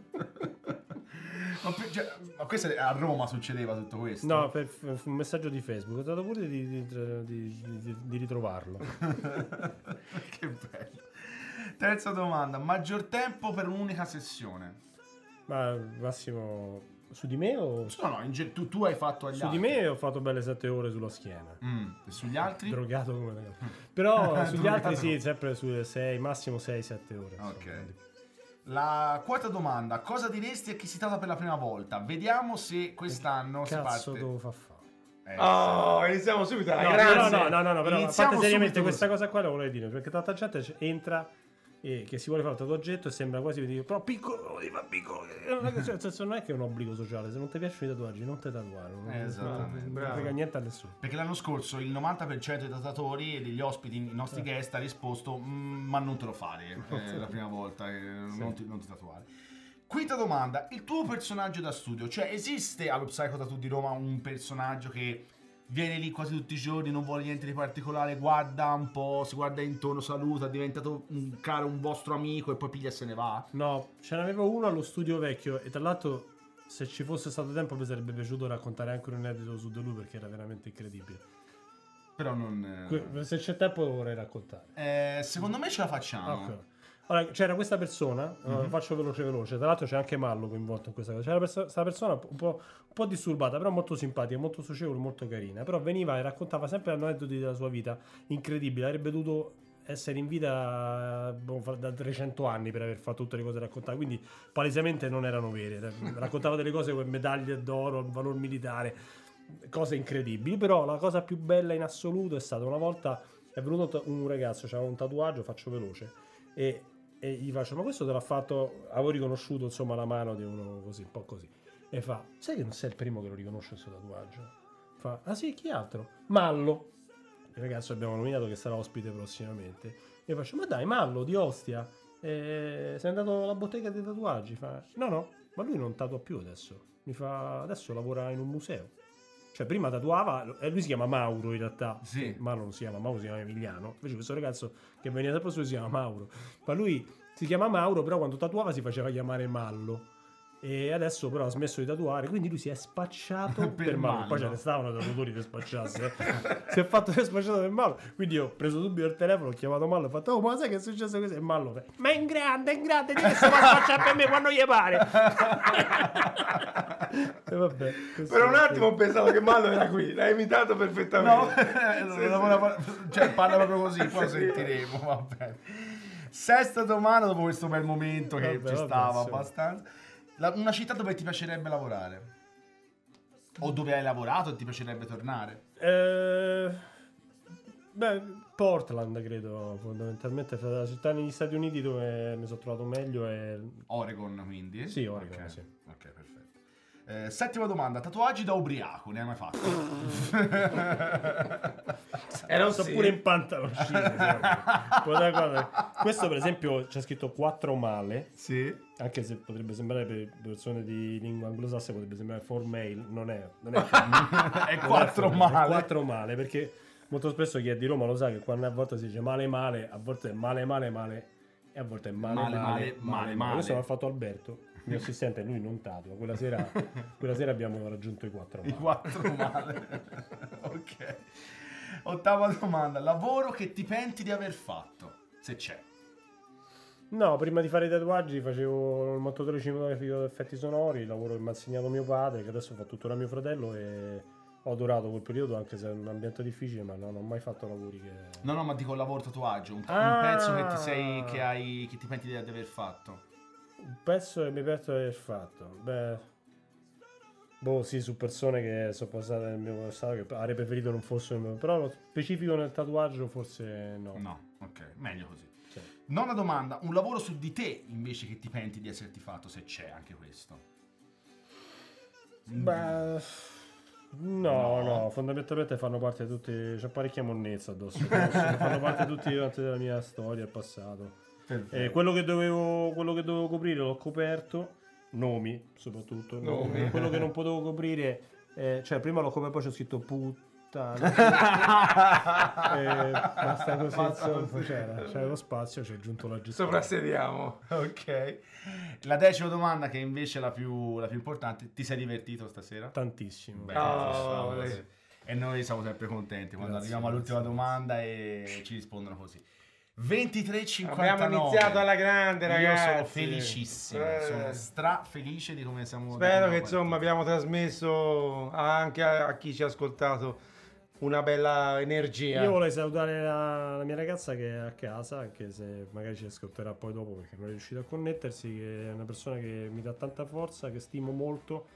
ma, per- cioè, ma questo a Roma succedeva tutto questo? No, per, per un messaggio di Facebook. Ho dato pure di, di, di, di- di ritrovarlo. Che bello. Terza domanda, maggior tempo per un'unica sessione? Ma Massimo, su di me o... No, no, in ge- tu, tu hai fatto agli Su di altri. me ho fatto belle sette ore sulla schiena. Mm, e sugli altri? Drogato come una cosa. Però sugli Drogato altri sì, no. sempre sulle sei, massimo sei sette ore. Ok. insomma. La quarta domanda, cosa diresti a chi si tatua per la prima volta? Vediamo se quest'anno si Cazzo parte. devo far fare? Eh, Oh, iniziamo subito la No, no, grande. no, no, no, no, però a Iniziamo parte seriamente subito questa così. cosa qua la volevo dire, perché tanta gente c- entra e che si vuole fare un tatuaggetto e sembra quasi dire però piccolo, lo devi fare piccolo. È una cosa- nel senso, non è che è un obbligo sociale, se non ti piacciono i tatuaggi non ti tatuare, non Esattamente. non Bravo. frega niente a nessuno. Perché l'anno scorso il novanta per cento dei tatuatori e degli ospiti, i nostri guest, ha risposto "Mm, ma non te lo fare eh, la prima volta, eh, non, ti, non ti tatuare". Quinta domanda, il tuo personaggio da studio, cioè esiste allo Psycho Tattoo di Roma un personaggio che viene lì quasi tutti i giorni, non vuole niente di particolare, guarda un po', si guarda intorno, saluta, è diventato un caro, un vostro amico e poi piglia e se ne va? No, ce n'avevo uno allo studio vecchio e tra l'altro se ci fosse stato tempo mi sarebbe piaciuto raccontare anche un inedito su di lui perché era veramente incredibile. Però non... Que- Se c'è tempo lo vorrei raccontare. Eh, secondo me ce la facciamo. Ok. Allora, c'era questa persona, uh, faccio veloce veloce, tra l'altro c'è anche Mallo coinvolto in questa cosa, c'era perso- questa persona un po', un po' disturbata, però molto simpatica, molto socievole, molto carina, però veniva e raccontava sempre aneddoti della sua vita, incredibile, avrebbe dovuto essere in vita boh, fa- da trecento anni per aver fatto tutte le cose raccontate, quindi palesemente non erano vere, raccontava delle cose con medaglie d'oro, valor militare, cose incredibili, però la cosa più bella in assoluto è stata una volta, è venuto un ragazzo, c'aveva un tatuaggio, faccio veloce, e e gli faccio ma questo te l'ha fatto, avevo riconosciuto insomma la mano di uno così un po' così e fa sai che non sei il primo che lo riconosce il suo tatuaggio? Fa ah sì, chi altro? Mallo, il ragazzo abbiamo nominato che sarà ospite prossimamente, e io faccio ma dai Mallo di Ostia eh, sei andato alla bottega dei tatuaggi? Fa no no, ma lui non tatua più adesso, mi fa adesso lavora in un museo. Cioè prima tatuava, e lui si chiama Mauro in realtà, Sì. Mauro non si chiama Mauro, si chiama Emiliano, invece questo ragazzo che veniva sempre su si chiama Mauro, ma lui si chiama Mauro, però quando tatuava si faceva chiamare Mallo, e adesso però ha smesso di tatuare, quindi lui si è spacciato per, Per Mallo. Mallo. Poi ce ne stavano tatuatori che spacciasse, eh. Si è fatto che è spacciato per Mallo, quindi io ho preso subito il telefono, ho chiamato Mallo e ho fatto oh ma sai che è successo così? E Mallo fa, ma è in grande, è in grande, di che si va a spacciare per me quando gli pare. E vabbè, questo Per un è- attimo pensavo che Mallo era qui, l'hai imitato No, perfettamente. eh, la- la- la- cioè parla proprio così, poi lo sentiremo, va bene. Sesta domanda dopo questo bel momento che Vabbè, ci vabbè, stava sì. abbastanza. La- una città dove ti piacerebbe lavorare? O dove hai lavorato e ti piacerebbe tornare? Eh, beh, Portland credo, fondamentalmente fra la città negli Stati Uniti dove mi sono trovato meglio è... Oregon, quindi? Sì, Oregon, Ok, sì. ok, perfetto. Eh, settima domanda, tatuaggi da ubriaco, ne hai mai fatto? Era sto pure in pantaloncini. Guarda, guarda. Questo per esempio c'è scritto quattro male, Sì. anche se potrebbe sembrare per persone di lingua anglosassone potrebbe sembrare four male, non è, non è, È quattro non è male. quattro male, perché molto spesso chi è di Roma lo sa che quando a volte si dice male male, a volte è male male male e a volte è male Male, male male, male, male. Questo l'ha fatto Alberto, il mio assistente, lui non tatua. Quella sera, quella sera abbiamo raggiunto i quattro I male. quattro male. Ok. Ottava domanda, lavoro che ti penti di aver fatto, se c'è. No, prima di fare i tatuaggi facevo il montatore cinematografico di effetti sonori, il lavoro che mi ha insegnato mio padre, che adesso fa tuttora mio fratello, e ho adorato quel periodo, anche se è un ambiente difficile, ma non ho mai fatto lavori che... No, no, ma dico il lavoro tatuaggio, un, un Ah! pezzo che ti sei, che hai, che ti penti di, di aver fatto. Un pezzo che mi penso di aver fatto. Beh, boh, sì, su persone che sono passate nel mio passato che avrei preferito non fossero, però lo specifico nel tatuaggio forse no. No, ok, meglio così. Cioè, Nona domanda, un lavoro su di te invece che ti penti di esserti fatto, se c'è anche questo. beh, no, no, fondamentalmente fanno parte di tutti, c'è parecchia monnezza addosso, addosso, fanno parte tutti durante della mia storia, il passato. E quello che dovevo, quello che dovevo coprire l'ho coperto, nomi soprattutto, Nomi. quello che non potevo coprire, eh, cioè prima l'ho coperto, poi c'è scritto puttana, eh, basta così, insomma, c'era, c'era lo spazio, c'è giunto la giusta. Soprassediamo. Ok. La decima domanda, che invece è la più, la più importante, ti sei divertito stasera? Tantissimo. Beh, Oh, siamo lei- così. E noi siamo sempre contenti quando Grazie, arriviamo all'ultima grazie, domanda e ci rispondono così. ventitré cinquantanove. Abbiamo iniziato alla grande, ragazzi. Io sono felicissimo, Eh. sono stra felice di come siamo. Spero di come che siamo insomma partiti. abbiamo trasmesso anche a, a chi ci ha ascoltato una bella energia. Io vorrei salutare la, la mia ragazza che è a casa, anche se magari ci ascolterà poi dopo perché non è riuscita a connettersi, che è una persona che mi dà tanta forza, che stimo molto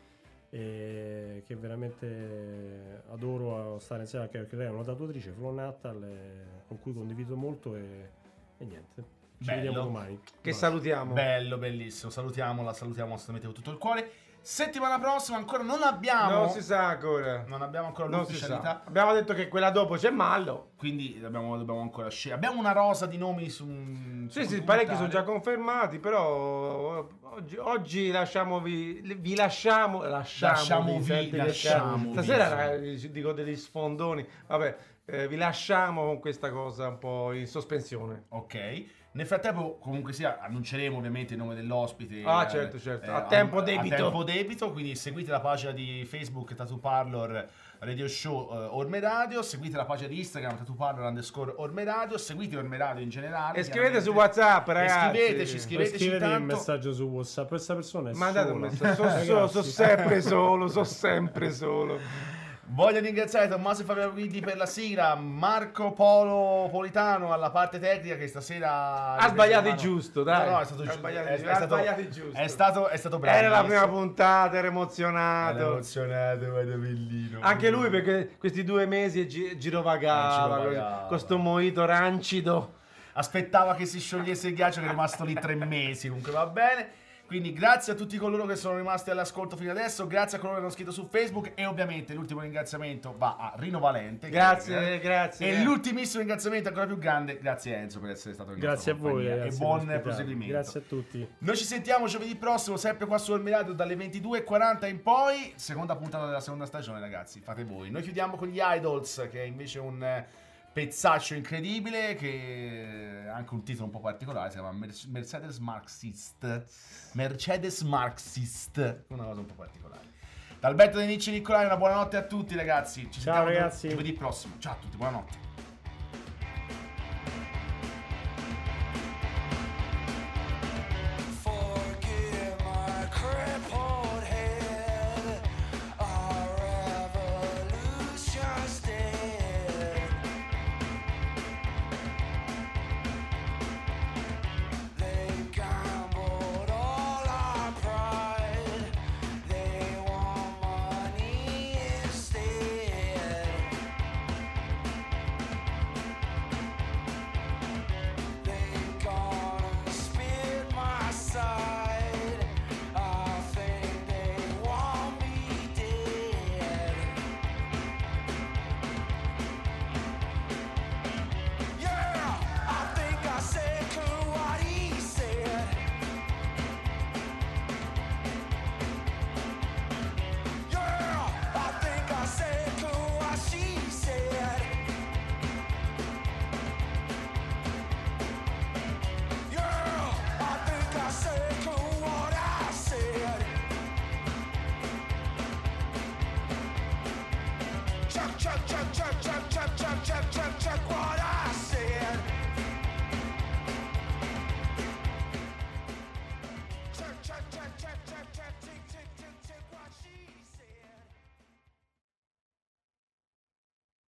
e che veramente adoro stare insieme, anche perché lei è una tatuatrice, Flo Natal, e- con cui condivido molto e, e niente. Ci Bello. vediamo domani. Che salutiamo. Bello, bellissimo. Salutiamola, salutiamo assolutamente con tutto il cuore. Settimana prossima ancora non abbiamo. Non si sa ancora. Non abbiamo ancora Non si l'ufficialità. sa. Abbiamo detto che quella dopo c'è Mallo. Quindi dobbiamo, dobbiamo ancora scegliere. Abbiamo una rosa di nomi su. Sì, su sì, cui parecchi sono puntare. già confermati, però oggi, oggi lasciamovi, vi lasciamo, lasciamovi, Lasciamovi, senti che lasciamovi, cazzo. Stasera sì. ragazzi, dico degli sfondoni, vabbè, eh, vi lasciamo con questa cosa un po' in sospensione. Ok. Nel frattempo, comunque sia, annunceremo ovviamente il nome dell'ospite. Ah, eh, certo, certo. eh, A tempo debito. A tempo debito, quindi seguite la pagina di Facebook Tattoo Parlor Radio Show eh, Orme Radio, seguite la pagina di Instagram Tattoo Parlor underscore Orme Radio, seguite Orme Radio in generale. E scrivete su chiaramente. WhatsApp, E ragazzi. scriveteci, Poi scriveteci scrivete un tanto. messaggio su WhatsApp, questa persona è Mandate un sola. messaggio. So, so, Ragazzi. so sempre solo, so sempre solo. Voglio ringraziare Tommaso e Fabio Guidi per la sigla, Marco Polo Politano alla parte tecnica che stasera Ha sbagliato il mano. giusto, dai. No, no, è stato Ha giusto. sbagliato È, il- è ha stato, sbagliato il giusto. È stato, è stato bravo. Era la prima puntata, era emozionato. Era emozionato, guarda, bellino. Anche lui perché questi due mesi gi- girovagava, Eh, girovagava. con sto mojito rancido. Aspettava che si sciogliesse il ghiaccio che è rimasto lì tre mesi, comunque va bene. Quindi grazie a tutti coloro che sono rimasti all'ascolto fino adesso, grazie a coloro che hanno scritto su Facebook e ovviamente l'ultimo ringraziamento va a Rino Valente. che- Grazie, grazie. E l'ultimissimo ringraziamento ancora più grande, grazie a Enzo per essere stato in Grazie a nostra voi, compagnia. ragazzi, E per buon ospitarmi. proseguimento. Grazie a tutti. Noi ci sentiamo giovedì prossimo, sempre qua su Orme Radio dalle ventidue e quaranta in poi. Seconda puntata della seconda stagione, ragazzi. Fate voi. Noi chiudiamo con gli Idols, che è invece un eh, pezzaccio incredibile, che ha anche un titolo un po' particolare. Si chiama Mer- Mercedes Marxist. Mercedes Marxist. Una cosa un po' particolare. Da Alberto De Nicci Nicolai, una buonanotte a tutti, ragazzi. Ci Ciao, sentiamo ragazzi. giovedì prossimo. Ciao a tutti, buonanotte. Forgive my crippled head. Our revolution's dead. They gambled all our pride. They want money instead. They gone and spit my side. I think they want me dead. Yeah, I think I said cool what he said. Yeah, I think I said cool what she said. Yeah, I think I said cool what I said. Check, check, check, check, check, check, check, check, check what I said.